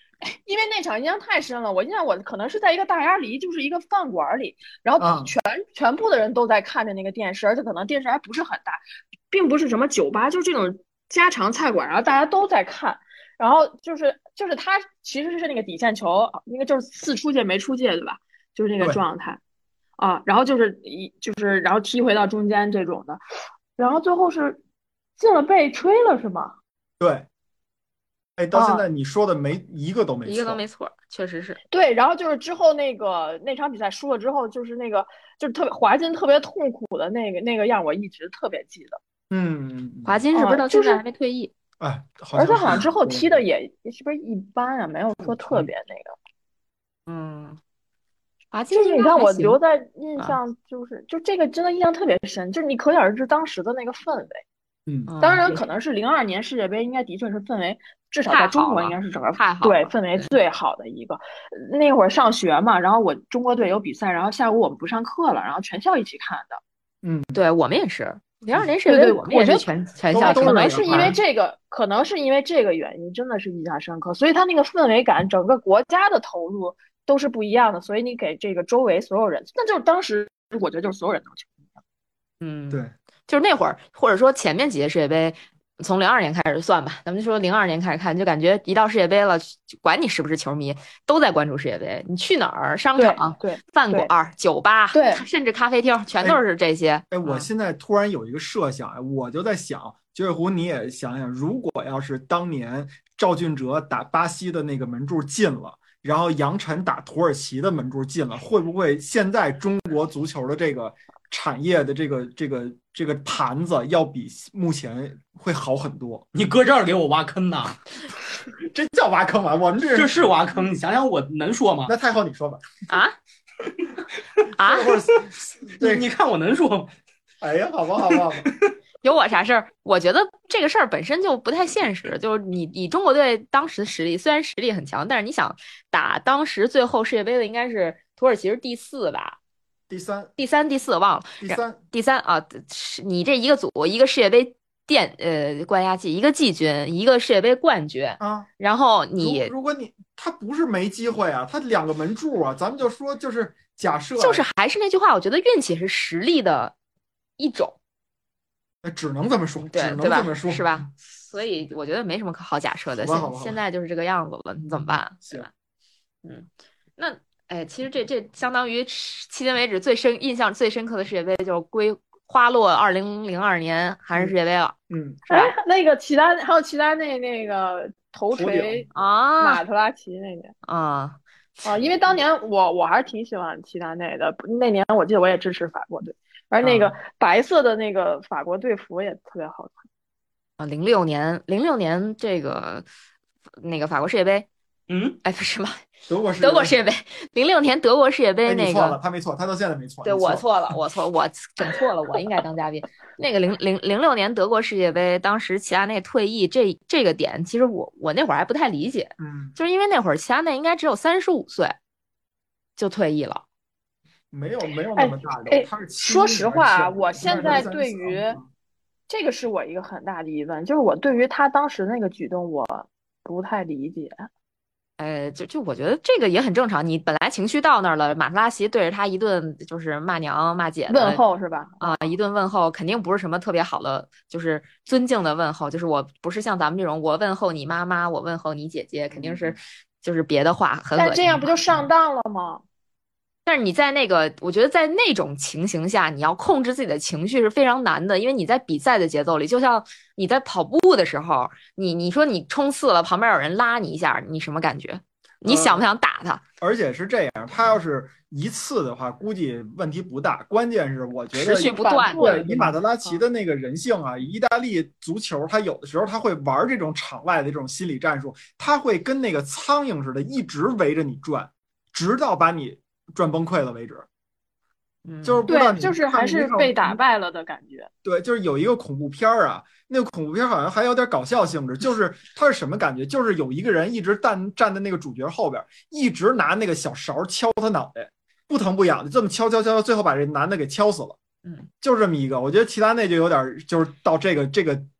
因为那场印象太深了，我印象我可能是在一个大鸭梨，就是一个饭馆里，然后全、嗯、全部的人都在看着那个电视，而且可能电视还不是很大，并不是什么酒吧，就是这种家常菜馆，然后大家都在看，然后就是就是他其实是那个底线球，应该就是四出界没出界，对吧？就是那个状态啊，然后就是一就是然后踢回到中间这种的，然后最后是进了被吹了是吗？
对。哎，到现在你说的没、啊、一个都没错，
一个都没错，确实是。
对，然后就是之后那个那场比赛输了之后，就是那个就是特别华金特别痛苦的那个那个样，我一直特别记得。
嗯，
华金是不是到现在还没退役？
哎、啊，就是，
而且好像之后踢的也是不是一般啊，没有说特别那个。
嗯，华金
就是你看我留在印象就是、啊、就这个真的印象特别深，就是你可想而知当时的那个氛围。
嗯，
当然可能是零二年世界杯，应该的确是氛围，至少在中国应该是整个对氛围最好的一个。那会儿上学嘛，然后我中国队有比赛，然后下午我们不上课了，然后全校一起看的。
嗯，
对我们也是零二年世界杯，我们也是全全校
可能是因为这个，可能是因为这个原因，真的是印象深刻。所以他那个氛围感，整个国家的投入都是不一样的。所以你给这个周围所有人，那就是当时我觉得就是所有人都球迷。
嗯，
对。
就是那会儿，或者说前面几届世界杯，从零二年开始算吧，咱们就说零二年开始看，就感觉一到世界杯了，管你是不是球迷，都在关注世界杯。你去哪儿，商场、
对、
饭馆、酒吧，
对，
甚至咖啡厅，全都是这些。
哎，哎我现在突然有一个设想，哎，我就在想，九尾狐你也想想，如果要是当年赵俊哲打巴西的那个门柱进了，然后杨晨打土耳其的门柱进了，会不会现在中国足球的这个产业的这个这个这个盘子要比目前会好很多？
你搁这儿给我挖坑呢？
这叫挖坑吗？我们这
这是挖坑，你想想我能说吗？
那太后你说吧。
啊啊！
你你看我能说吗？
哎呀，好吧，好吧，好吧。
有我啥事儿？我觉得这个事儿本身就不太现实。就是你，你中国队当时的实力虽然实力很强，但是你想打当时最后世界杯的应该是土耳其是第四吧？
第三，
第三，第四，忘了。
第三，
第三啊！你这一个组，一个世界杯垫呃冠亚季，一个季军，一个世界杯冠军
啊。
然后你
如，如果你他不是没机会啊，他两个门柱啊，咱们就说就是假设，
就是还是那句话，我觉得运气是实力的一种。
只能这么说，
对，
只能这么说，
是吧？所以我觉得没什么可好假设的。现现在就是这个样子了，你怎么办？对吧？嗯，那哎，其实这这相当于迄今为止最深印象最深刻的世界杯，就归花落二零零二年韩日世界杯了。
嗯，
是吧？哎，那个齐达还有齐达内那个头锤
啊，
马特拉齐那年
啊
啊，因为当年我我还是挺喜欢齐达内的，那年我记得我也支持法国队。而那个白色的那个法国队服也特别好看
啊！零六年，零六年这个那个法国世界杯，
嗯，
哎，不是吧？
德国世
德国世界杯，零六年德国世界杯那个，
你错了，他没错，他到现在没错。
对我错了，我错，我整错了，我应该当嘉宾。那个零零零六年德国世界杯，当时齐达内退役，这这个点，其实我我那会儿还不太理解，
嗯，
就是因为那会儿齐达内应该只有三十五岁就退役了。
没有没有那么大
哎，哎，说实话啊，我现在对于这个是我一个很大的疑问，就是我对于他当时那个举动我不太理解。
呃，就就我觉得这个也很正常，你本来情绪到那儿了，马特拉齐对着他一顿就是骂娘骂姐的
问候是吧？
啊，一顿问候肯定不是什么特别好的，就是尊敬的问候，就是我不是像咱们这种我问候你妈妈，我问候你姐姐，肯定是就是别的话很恶心。
但这样不就上当了吗？
但是你在那个，我觉得在那种情形下，你要控制自己的情绪是非常难的，因为你在比赛的节奏里，就像你在跑步的时候，你你说你冲刺了，旁边有人拉你一下，你什么感觉？你想不想打他？
呃、而且是这样，他要是一次的话，估计问题不大。关键是我觉得
持续不断。
对，以马特拉齐的那个人性啊，意大利足球，他有的时候他会玩这种场外的这种心理战术，他会跟那个苍蝇似的，一直围着你转，直到把你转崩溃了为止。就是不知道你
对，就是还是被打败了的感觉。
对，就是有一个恐怖片啊，那个恐怖片好像还有点搞笑性质，就是它是什么感觉？就是有一个人一直站站在那个主角后边，一直拿那个小勺敲他脑袋，不疼不痒的，这么敲敲敲，最后把这男的给敲死了。
嗯，
就这么一个。我觉得齐达内就有点就是到这个这个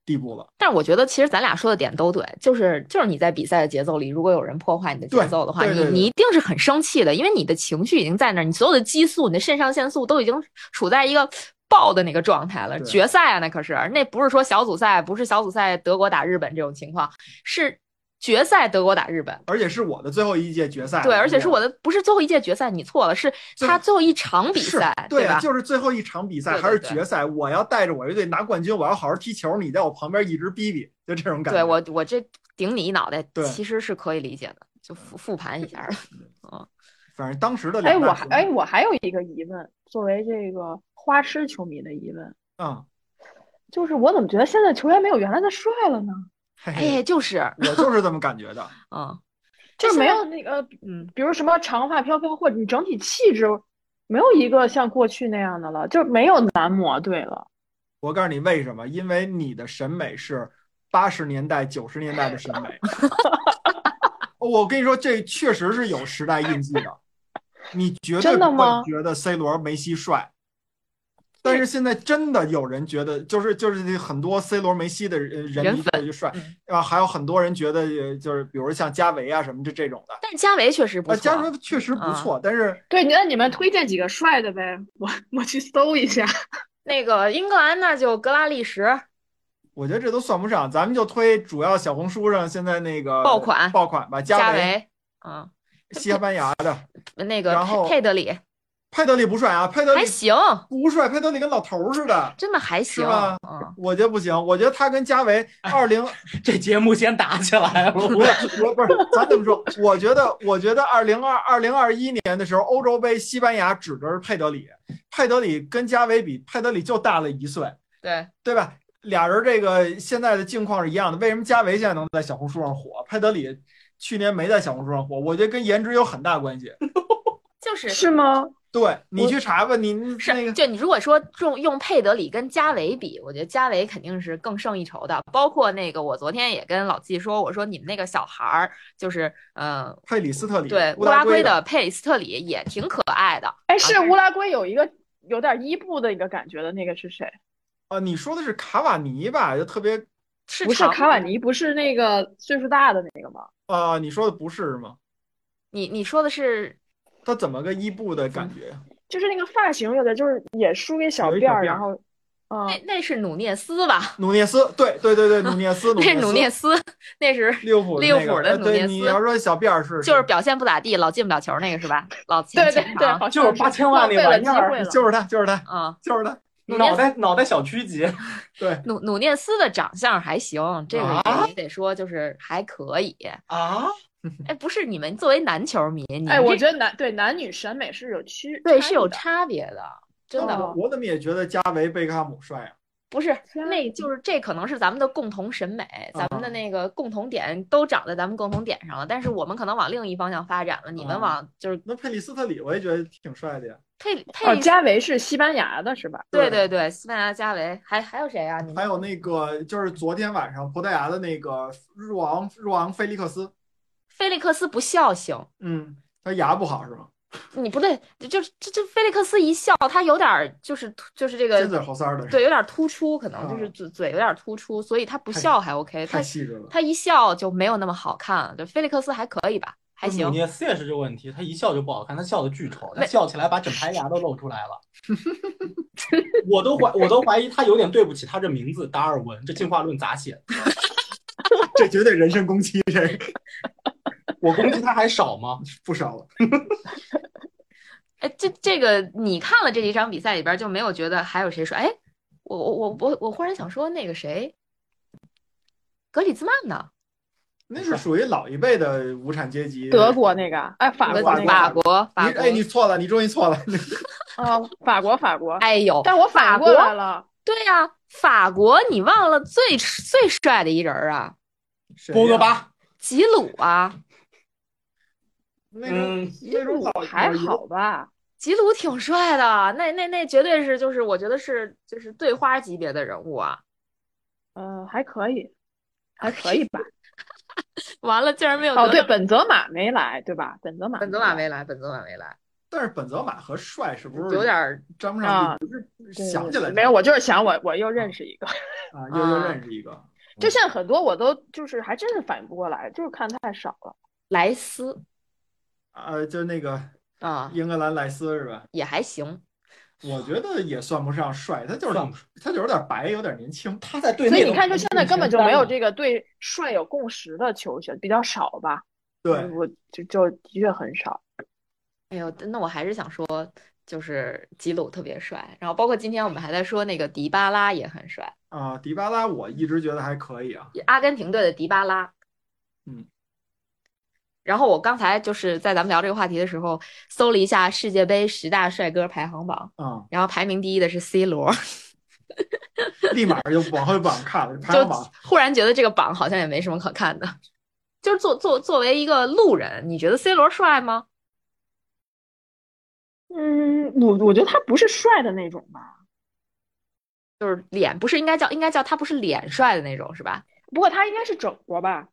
地步了。
但是我觉得其实咱俩说的点都对，就是就是你在比赛的节奏里，如果有人破坏你的节奏的话，
对对对对
你你一定是很生气的，因为你的情绪已经在那儿，你所有的激素、你的肾上腺素都已经处在一个爆的那个状态了。
对
决赛啊，那可是那不是说小组赛，不是小组赛德国打日本这种情况，是决赛德国打日本。
而且是我的最后一届决赛，
对，而且是我的，不是最后一届决赛，你错了，是他最后一场比赛，
对
吧？
就是最后一场比赛，
对对对
还是决赛，我要带着我乐队拿冠军，我要好好踢球，你在我旁边一直逼逼，就这种感觉。
对我，我这顶你一脑袋，
对
其实是可以理解的，就复复盘一下。嗯，
反正当时的
哎，
两大球迷
我还哎，我还有一个疑问，作为这个花痴球迷的疑问，
嗯，
就是我怎么觉得现在球员没有原来的帅了呢？
嘿嘿
哎，就是，
我就是这么感觉的。
嗯，
就是没有那个，嗯，比如什么长发飘飘，或者你整体气质没有一个像过去那样的了，就没有男模队了。
我告诉你为什么？因为你的审美是八十年代、九十年代的审美。我跟你说，这确实是有时代印记的。你绝对不
真的吗
会觉得 C 罗、梅西帅，但是现在真的有人觉得，就是就是很多 C 罗、梅西的人人迷觉得就帅，啊，还有很多人觉得呃就是比如像加维啊什么这这种的。
但是加维确实不
啊，
错，
加维确实不错，但是
对，那你们推荐几个帅的呗，我我去搜一下。
那个英格兰那就格拉利什，
我觉得这都算不上，咱们就推主要小红书上现在那个
爆款
爆款吧，
加
维，
维，嗯，
西班牙的
那个
然后
佩佩德里
佩德里不帅啊，佩德里
还行，
不帅，佩德里跟老头似的，
真的还行，
是吧？
嗯，
我觉得不行，我觉得他跟加维二零
这节目先打起来了。
不是我不是，咱怎么说？我觉得我觉得二零二二零二一年的时候，欧洲杯西班牙指的是佩德里，佩德里跟加维比，佩德里就大了一岁，
对
对吧？俩人这个现在的境况是一样的，为什么加维现在能在小红书上火，佩德里去年没在小红书上火？我觉得跟颜值有很大关系。
就是
是吗？
对你去查吧，你
是
那个
就你如果说用用佩德里跟加维比，我觉得加维肯定是更胜一筹的。包括那个，我昨天也跟老季说，我说你们那个小孩儿，就是呃，
佩里斯特里，
对乌
拉
圭
的
的佩里斯特里也挺可爱的。
哎，是
啊
乌拉圭有一个有点伊布的一个感觉的那个是谁？
啊，你说的是卡瓦尼吧？就特别
是长
不是卡瓦尼，不是那个岁数大的那个吗？
啊，你说的不是吗？
你你说的是
他怎么个伊布的感觉？
就是那个发型有点就是也梳一小
有一小辫儿
辫儿，然后，嗯，
那那是努涅斯吧？
努涅斯，对对对对，努涅斯，
那是努涅
斯，
斯，那是
利物浦
利物浦的
呃对，
努涅斯
你要说小辫儿是
就是表现不咋地，老进不了球那个是吧？老前
对对对，
前场
好像
就是八千万那
浪费了
玩意儿
机会了。
就是他，就是他，
嗯，
就是他，
努涅斯
脑袋脑袋小区级，
对
努努涅斯的长相还行，这个
啊
也得说就是还可以。
啊，
哎，不是你们作为男球迷，你们
哎，我
这
觉得男对男女审美是有区
对是有
差异的
差别的，真的
哦
我怎么也觉得加维贝克汉姆帅啊？
不是
天
那就是这可能是咱们的共同审美，咱们的那个共同点都长在咱们共同点上了，但是我们可能往另一方向发展了，你们
啊
往就是
那佩里斯特里我也觉得挺帅的呀。
哦，
佩佩里斯
加维是西班牙的是吧？
对对对，西班牙加维，还还有谁啊？你们
还有那个就是昨天晚上葡萄牙的那个若昂若昂菲利克斯，
菲利克斯不孝行，
嗯，他牙不好是吗？
你不对，就是这这菲利克斯一笑，他有点儿就是就是这
尖嘴
个
猴腮儿的，
对，有点突出，可能就是
啊
嘴嘴有点突出，所以他不
太
笑还 OK，他
太细致了。
他一笑就没有那么好看了。对，菲利克斯还可以吧，还
努
行。
涅斯也是这个问题，他一笑就不好看，他笑的巨丑，他
没
笑起来把整排牙都露出来了。我都怀我都怀疑他有点对不起他这名字达尔文，这进化论咋写的？
这绝对人身攻击，这个
我攻击他还少吗？
不少了。
哎，这这个你看了这几场比赛里边就没有觉得还有谁说？哎，我我我我我忽然想说那个谁，格里兹曼呢？
那是属于老一辈的无产阶级。
德国那个，哎，法国那
法
个，
国法国
你哎，你错了，你终于错了。
啊，法国法国，
哎呦，
但我反过来了，
对呀、法国你忘了最最帅的一人啊，
谁呀
波格巴，
吉鲁啊，
那种
嗯，
那种老
还好吧？
吉鲁挺帅的，那那那绝对是就是我觉得是就是对花级别的人物啊。
嗯，还可以，还可以吧。
完了，竟然没有
哦，对，
得到
本泽马没来，对吧？本泽马，
本泽马没来，本泽马没来。
但是本泽马和帅是不是
有点
沾不上地？不是想起来
没有，我就是想我我又认识一个
啊，又又认识一个。
就现在很多我都就是还真是反应不过来，就是看太少了。
莱斯，
呃，就那个
啊，
英格兰莱斯是吧？
也还行。
我觉得也算不上帅，他就是他就有点白，有点年轻。
他在队
内，所以你看，就现在根本就没有这个对帅有共识的球员，比较少吧？
对，
我就就的确很少。
哎呦，那我还是想说，就是吉鲁特别帅，然后包括今天我们还在说那个迪巴拉也很帅
啊，迪巴拉我一直觉得还可以啊，
阿根廷队的迪巴拉，
嗯。
然后我刚才就是在咱们聊这个话题的时候，搜了一下世界杯十大帅哥排行榜，
嗯，
然后排名第一的是 C 罗，
立马就往后榜看了，排行榜，
忽然觉得这个榜好像也没什么可看的。就是作作作为一个路人，你觉得 C 罗帅吗？
嗯，我我觉得他不是帅的那种吧，
就是脸不是应该叫应该叫他不是脸帅的那种是吧？
不过他应该是整过吧。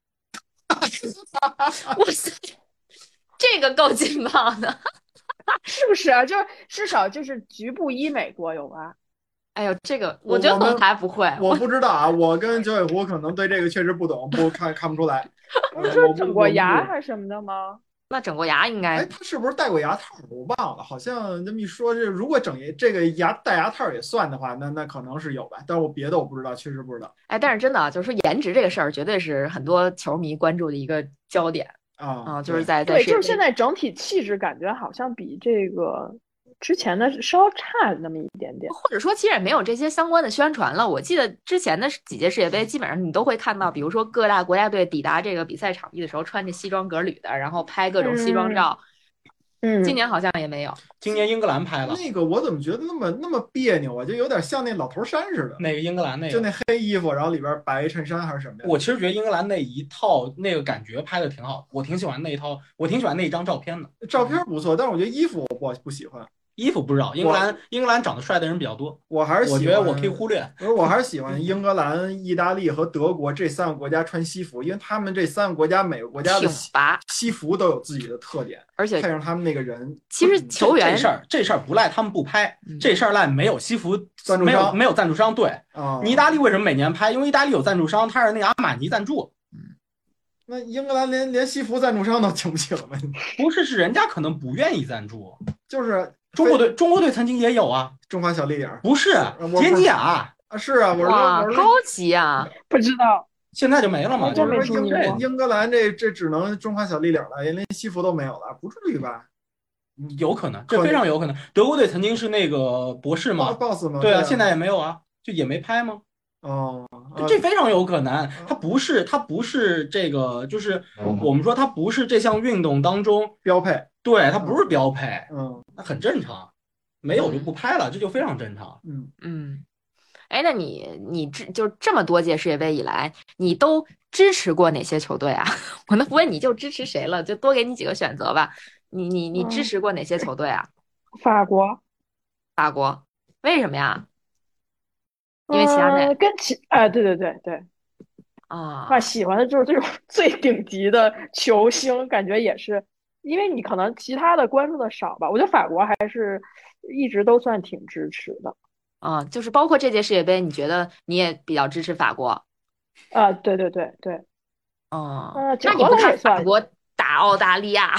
哇塞，这个够劲爆的，
是不是啊？就是至少就是局部医美过有吧？
哎呦，这个我觉得可能还不会，
我不知道啊，我跟九尾狐可能对这个确实不懂，不看看不出来。
不是说整过牙还是什么的吗？
那整过牙应该，
哎，他是不是戴过牙套？我忘了，好像这么一说，这如果整这个牙戴牙套也算的话，那那可能是有吧。但是我别的我不知道，确实不知道。
哎，但是真的啊，就是说颜值这个事儿，绝对是很多球迷关注的一个焦点
啊
啊，就是在在
对，就是现在整体气质感觉好像比这个之前的稍差那么一点点，
或者说其实也没有这些相关的宣传了。我记得之前的几届世界杯，基本上你都会看到，比如说各大国家队抵达这个比赛场地的时候，穿着西装革履的，然后拍各种西装照。
嗯，
今年好像也没有。
今年英格兰拍了
那个，我怎么觉得那么那么别扭啊？就有点像那老头衫似的。
那个英格兰那个，
就那黑衣服，然后里边白衬衫还是什么呀？
我其实觉得英格兰那一套那个感觉拍的挺好，我挺喜欢那一套，我挺喜欢那一张照片的。
照片不错，但是我觉得衣服我不不喜欢。
衣服不知道，英格兰英格兰长得帅的人比较多，
我还是
我觉得我可以忽略。
我还是喜欢英格兰、意大利和德国这三个国家穿西服，因为他们这三个国家每个国家的西西服都有自己的特点，
而且
配上他们那个人。
其实球员
这事儿这事儿不赖他们不拍，嗯、这事儿赖没有西服
赞助商，
没有没有赞助商。对，
啊、
你意大利为什么每年拍？因为意大利有赞助商，他是那个阿玛尼赞助。
嗯，那英格兰连连西服赞助商都请不起了吗？
不是，是人家可能不愿意赞助，
就是。
中国队，中国队曾经也有啊，
中华小丽领
不是杰尼亚
啊，是啊，我说
哇，高级啊，
不知道，
现在就没了嘛。
我真没注意过。
英格兰这这只能中华小丽领了，连西服都没有了，不至于吧？
有可能，这非常有可能。德国队曾经是那个博士嘛
，boss 吗？
对啊，现在也没有啊，就也没拍吗？
哦，
这非常有可能，它不是，它不是这个，就是我们说它不是这项运动当中
标配。
对，它不是标配，
嗯，
那很正常，没有就不拍了，这就非常正常。
嗯
嗯，哎，那你你支就这么多届世界杯以来，你都支持过哪些球队啊？我那不问你就支持谁了，就多给你几个选择吧。你你你支持过哪些球队啊？
法国，
法国，为什么呀？因为齐达内、
呃、跟其啊，对对对对，
啊，
啊，喜欢的就是这种最顶级的球星，感觉也是。因为你可能其他的关注的少吧，我觉得法国还是一直都算挺支持的。
嗯，就是包括这届世界杯，你觉得你也比较支持法国？
啊，对对对对。
哦、
嗯，呃、
那你不看法国打澳大利亚？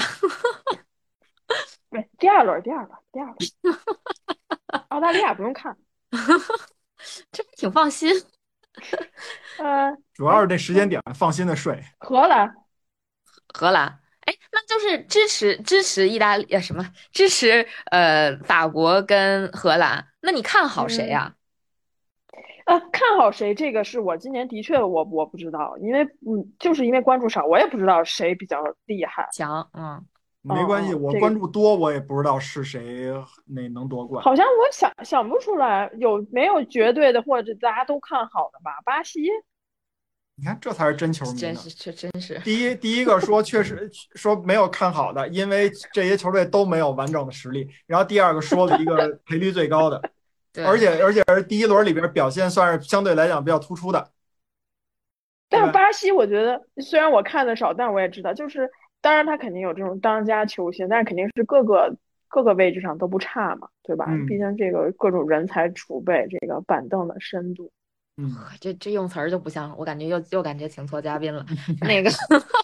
对，第二轮，第二轮，第二轮，澳大利亚不用看，
这挺放心。
呃，
主要是这时间点放心的睡。
荷兰，
荷兰。哎，那就是支持支持意大利呃什么支持呃法国跟荷兰，那你看好谁呀、
啊？呃，看好谁？这个是我今年的确我我不知道，因为嗯，就是因为关注少，我也不知道谁比较厉害
强。嗯，
没关系，
哦、
我关注多，我也不知道是谁那能夺冠。
好像我想想不出来，有没有绝对的或者大家都看好的吧？巴西。
你看，这才是真球迷呢！
真是，这真是。
第一，第一个说确实说没有看好的，因为这些球队都没有完整的实力。然后第二个说了一个赔率最高的，而且而且是第一轮里边表现算是相对来讲比较突出的。
但是巴西，我觉得虽然我看的少，但我也知道，就是当然他肯定有这种当家球星，但是肯定是各个各个位置上都不差嘛，对吧？
嗯
毕竟这个各种人才储备，这个板凳的深度。
嗯，
这这用词儿就不像，我感觉又又感觉请错嘉宾了。那个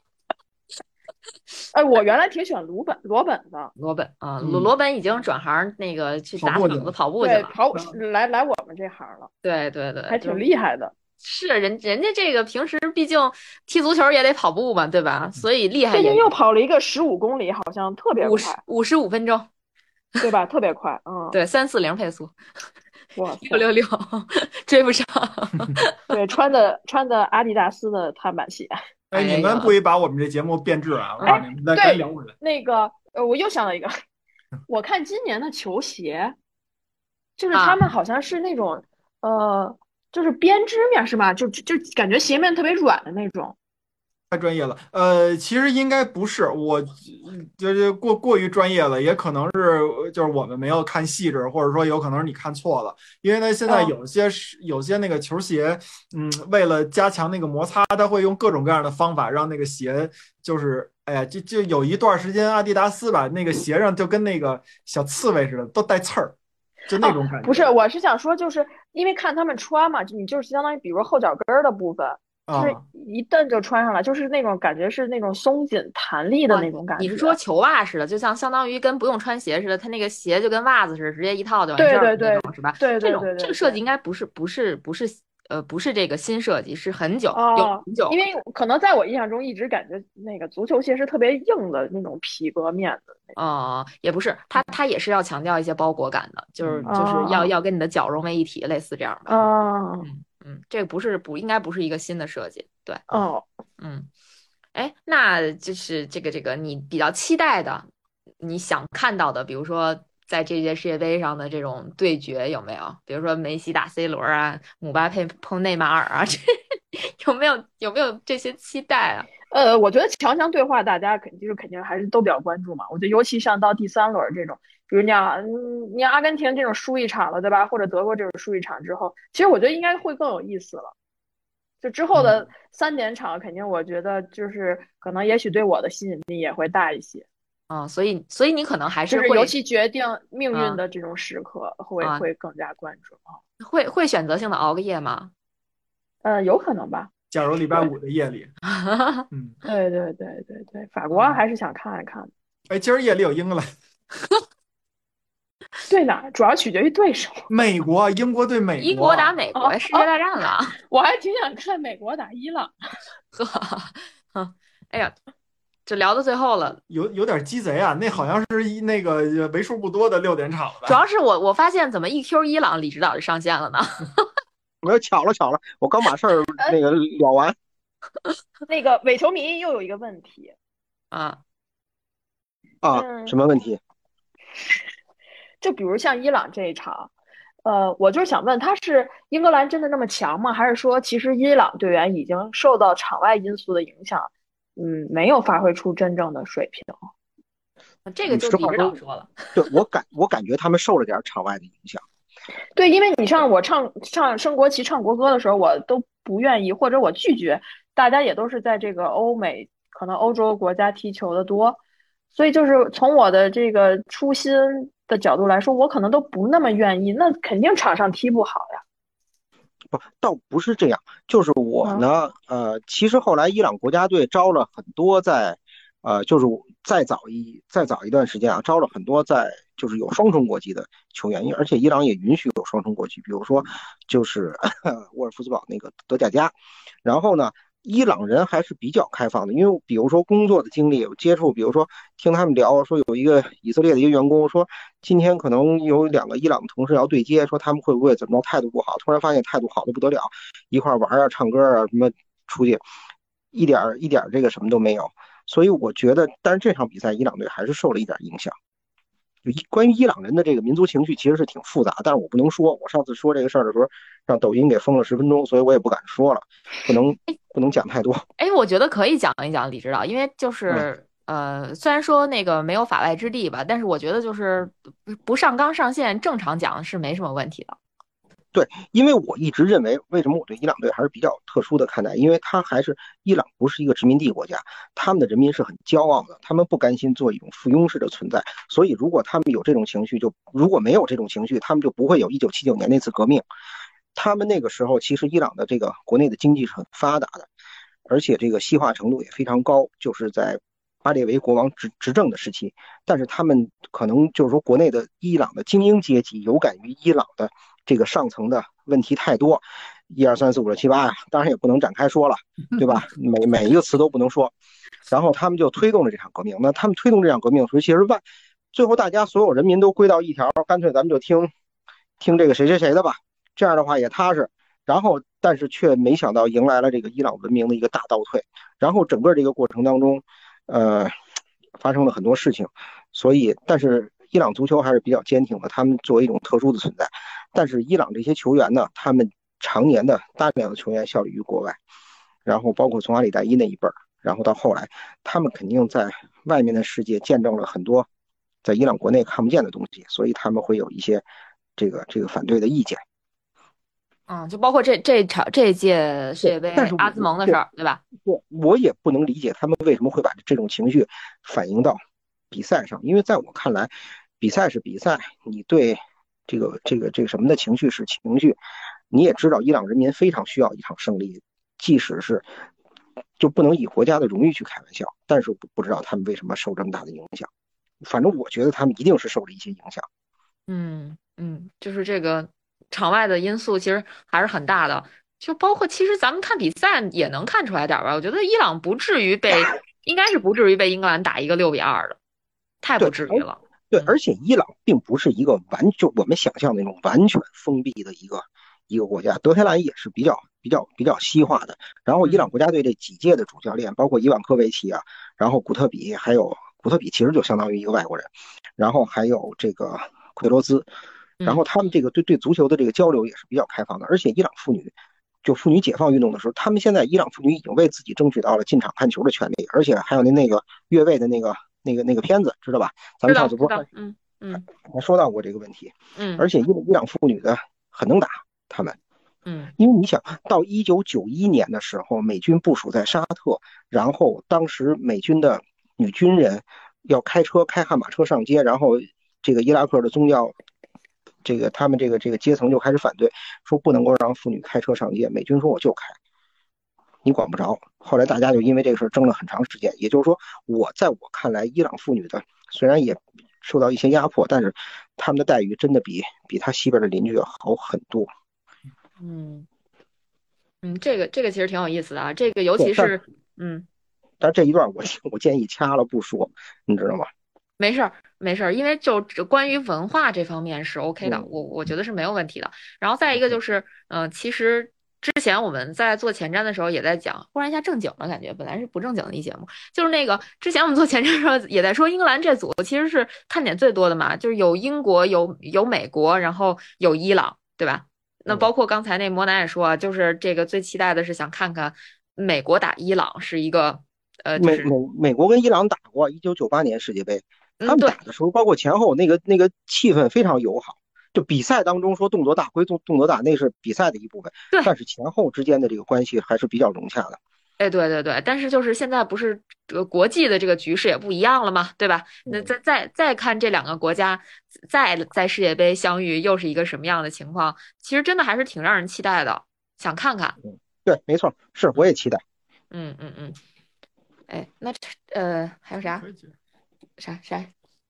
哎，我原来挺喜欢罗本罗本的，
罗本啊，
嗯
罗罗本已经转行那个去
跑步去了
砸场子跑步去
对，
了。
跑来来我们这行了，
对对对，
还挺
就是
厉害的。
是人人家这个平时毕竟踢足球也得跑步嘛，对吧？所以厉害也
最近又跑了一个十五公里，好像特别
五十
快，
五十五分钟，
对吧？特别快，嗯，
对，三四零配速，
哇
六六六，追不上。
对，穿的穿的阿迪达斯的碳板鞋。
哎，
哎呀
你们不许把我们这节目变质啊！我告诉你们，再该
对
聊回来。
那个，呃，我又想到一个，我看今年的球鞋，就是
啊
他们好像是那种，呃，就是编织面是吧？就就就感觉鞋面特别软的那种。
太专业了，呃，其实应该不是，我就是过过于专业了，也可能是就是我们没有看细致，或者说有可能是你看错了，因为呢，现在
哦
有些是有些那个球鞋，嗯，为了加强那个摩擦，它会用各种各样的方法让那个鞋就是，哎呀，就就有一段时间阿迪达斯吧，那个鞋上就跟那个小刺猬似的，都带刺儿，就那种感觉。
不是，我是想说，就是因为看他们穿嘛，就你就是相当于，比如说后脚跟儿的部分，就是
啊，
一蹬就穿上了，就是那种感觉是那种松紧弹力的
啊
那种感觉。
你是说球袜似的，就像相当于跟不用穿鞋似的，它那个鞋就跟袜子似的，直接一套就完事儿的
对对对
那种，是吧？
对对
这种
对对对
这个设计应该不是不是不是呃不是这个新设计，是很久有
哦，
很久
因为可能在我印象中一直感觉那个足球鞋是特别硬的那种皮革面的那种。
呃，也不是，它它也是要强调一些包裹感的，就是
嗯
就是要
哦
要跟你的脚融为一体，类似这样吧。
哦
嗯嗯，这个不是不应该不是一个新的设计，对，
哦，
嗯，哎，那就是这个这个你比较期待的，你想看到的，比如说在这届世界杯上的这种对决有没有？比如说梅西打 C 罗啊，姆巴佩碰内马尔啊，这有没有有没有这些期待啊？
呃，我觉得强强对话大家肯定是肯定还是都比较关注嘛。我觉得尤其像到第三轮这种，比如你像嗯，你像阿根廷这种输一场了，对吧？或者德国这种输一场之后，其实我觉得应该会更有意思了。就之后的三点场，肯定我觉得就是可能也许对我的吸引力也会大一些。
嗯，所以所以你可能还
就是是
会
尤其决定命运
啊
的这种时刻，会
啊
会更加关注啊。
会会选择性的熬个夜吗？
呃，有可能吧。
假如礼拜五的夜里，嗯，
对对对对对，法国还是想看一看的。
哎，今儿夜里有英格兰、
对的，主要取决于对手。
美国，英国对美国，
英国打美国，
哦
世界大战了。
我还挺想看美国打伊朗。
呵，哼，哎呀，这聊到最后了，
有有点鸡贼啊，那好像是一那个为数不多的六点场了吧？
主要是我我发现怎么一 Q 伊朗李指导就上线了呢？
没有，巧了巧了，我刚把事儿那个了完。
那个伪球迷又有一个问题，
啊，
啊，
嗯
什么问题？
就比如像伊朗这一场，呃，我就是想问，他是英格兰真的那么强吗？还是说其实伊朗队员已经受到场外因素的影响，嗯，没有发挥出真正的水平？
这个就李指导说了。
对，我感我感觉他们受了点场外的影响。
对，因为你像我唱唱升国旗、唱国歌的时候，我都不愿意，或者我拒绝，大家也都是在这个欧美，可能欧洲国家踢球的多，所以就是从我的这个初心的角度来说，我可能都不那么愿意，那肯定场上踢不好呀。
不，倒不是这样，就是我呢，呃，其实后来伊朗国家队招了很多在，呃，就是再早一再早一段时间啊，招了很多在就是有双重国籍的球员，而且伊朗也允许有双重国籍，比如说就是沃尔夫斯堡那个德贾加，然后呢。伊朗人还是比较开放的，因为比如说工作的经历有接触，比如说听他们聊说有一个以色列的一个员工说，今天可能有两个伊朗的同事要对接，说他们会不会怎么着态度不好，突然发现态度好的不得了，一块玩啊唱歌啊什么出去，一点一点这个什么都没有，所以我觉得，但是这场比赛伊朗队还是受了一点影响。关于伊朗人的这个民族情绪其实是挺复杂，但是我不能说，我上次说这个事儿的时候让抖音给封了十分钟，所以我也不敢说了，不能不能讲太多。
哎，我觉得可以讲一讲李指导，因为就是、嗯、呃，虽然说那个没有法外之地吧，但是我觉得就是不上纲上线，正常讲是没什么问题的。
对，因为我一直认为，为什么我对伊朗队还是比较特殊的看待，因为他还是伊朗不是一个殖民地国家，他们的人民是很骄傲的，他们不甘心做一种附庸式的存在，所以如果他们有这种情绪，就如果没有这种情绪，他们就不会有一九七九年那次革命。他们那个时候其实伊朗的这个国内的经济是很发达的，而且这个西化程度也非常高，就是在巴列维国王执执政的时期，但是他们可能就是说国内的伊朗的精英阶级有感于伊朗的这个上层的问题太多，一二三四五六七八呀，当然也不能展开说了，对吧？每每一个词都不能说。然后他们就推动了这场革命。那他们推动这场革命的时候，其实万最后大家所有人民都归到一条，干脆咱们就听听这个谁谁谁的吧，这样的话也踏实。然后，但是却没想到迎来了这个伊朗文明的一个大倒退。然后整个这个过程当中，呃，发生了很多事情。所以，但是伊朗足球还是比较坚挺的，他们作为一种特殊的存在。但是伊朗这些球员呢，他们常年的大量的球员效力于国外，然后包括从阿里代伊那一辈儿，然后到后来，他们肯定在外面的世界见证了很多在伊朗国内看不见的东西，所以他们会有一些这个这个反对的意见。
嗯，就包括这这场这届世界杯
但是
阿兹蒙的事儿，对吧？
我我也不能理解他们为什么会把这种情绪反映到比赛上，因为在我看来，比赛是比赛，你对这个这个这个什么的情绪是情绪，你也知道伊朗人民非常需要一场胜利，即使是就不能以国家的荣誉去开玩笑，但是不知道他们为什么受这么大的影响，反正我觉得他们一定是受了一些影响。
嗯嗯，就是这个场外的因素其实还是很大的，就包括其实咱们看比赛也能看出来点吧。我觉得伊朗不至于被，应该是不至于被英格兰打一个六比二的，太不至于了。
对，而且伊朗并不是一个完就我们想象的那种完全封闭的一个一个国家，德黑兰也是比较比较比较西化的。然后伊朗国家队这几届的主教练，包括伊万科维奇啊，然后古特比，还有古特比其实就相当于一个外国人，然后还有这个奎罗兹，然后他们这个对对足球的这个交流也是比较开放的。而且伊朗妇女就妇女解放运动的时候，他们现在伊朗妇女已经为自己争取到了进场看球的权利，而且还有那那个越位的那个那个那个片子，知道吧？咱们上次不是
嗯嗯
还说到过这个问题。
嗯，
而且伊伊朗妇女的很能打，他们，
嗯，
因为你想到一九九一年的时候，美军部署在沙特，然后当时美军的女军人要开车开悍马车上街，然后这个伊拉克的宗教。这个他们这个这个阶层就开始反对，说不能够让妇女开车上街。美军说我就开，你管不着。后来大家就因为这个事争了很长时间。也就是说，我在我看来，伊朗妇女的虽然也受到一些压迫，但是他们的待遇真的比比他西边的邻居要好很多。
嗯嗯，这个这个其实挺有意思的啊。这个尤其是嗯，
但这一段我我建议掐了不说，你知道吗？
没事儿，没事儿，因为就关于文化这方面是 OK 的，
嗯、
我我觉得是没有问题的。然后再一个就是，嗯、呃，其实之前我们在做前瞻的时候也在讲，忽然一下正经了，感觉本来是不正经的一节目，就是那个之前我们做前瞻的时候也在说，英格兰这组其实是看点最多的嘛，就是有英国，有有美国，然后有伊朗，对吧？那包括刚才那摩南也说，就是这个最期待的是想看看美国打伊朗是一个，呃，就是
美美美国跟伊朗打过一九九八年世界杯。他们打的时候，包括前后那个那个气氛非常友好。就比赛当中说动作大归动动作大，那是比赛的一部分。
对，
但是前后之间的这个关系还是比较融洽的。
哎，对对对，但是就是现在不是这个国际的这个局势也不一样了嘛，对吧？那再再再看这两个国家再在世界杯相遇，又是一个什么样的情况？其实真的还是挺让人期待的，想看看。
嗯，对，没错，是我也期待。
嗯嗯嗯。哎，那呃还有啥？啥啥？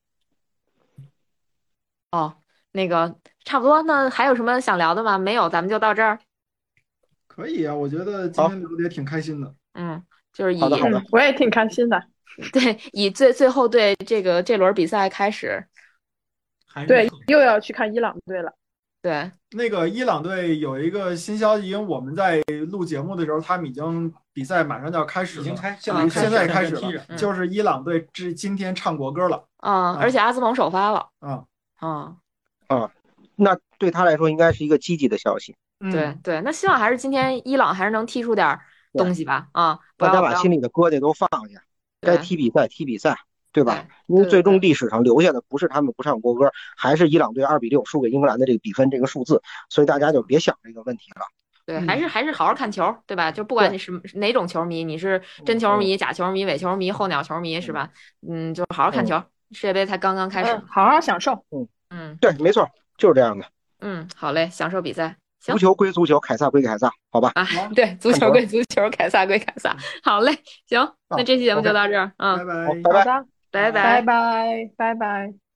哦，那个差不多，那还有什么想聊的吗？没有，咱们就到这儿。
可以啊，我觉得今天聊的也挺开心的。
嗯，就是以
好的好的、
嗯，我也挺开心的。
对，以最最后对这个这轮比赛开始，
对，又要去看伊朗队了。
对，
那个伊朗队有一个新消息，因为我们在录节目的时候，他们已经比赛马上就要开始了，
已经开，
现在现在开始
了，
嗯、就是伊朗队这今天唱国歌了。
嗯，而且阿兹蒙首发了。
啊
啊
啊，那对他来说应该是一个积极的消息。
对对，那希望还是今天伊朗还是能踢出点东西吧。啊，
大家把心里的疙瘩都放下，该踢比赛踢比赛。 对吧？因为最终历史上留下的不是他们不唱国歌，还是伊朗队二比六输给英格兰的这个比分这个数字，所以大家就别想这个问题了。
对，还是还是好好看球，对吧？就不管你是哪种球迷，你是真球迷、假球迷、伪球迷、候鸟球迷，是吧？嗯，就好好看球。世界杯才刚刚开始，
好好享受。
嗯
嗯，
对，没错，就是这样的。
嗯，好嘞，享受比赛。
足球归足球，凯撒归凯撒，好吧？
啊，对，足球归足球，凯撒归凯撒。好嘞，行，那这期节目就到这儿，嗯，
拜拜，
拜拜，
拜拜，
拜拜，拜拜。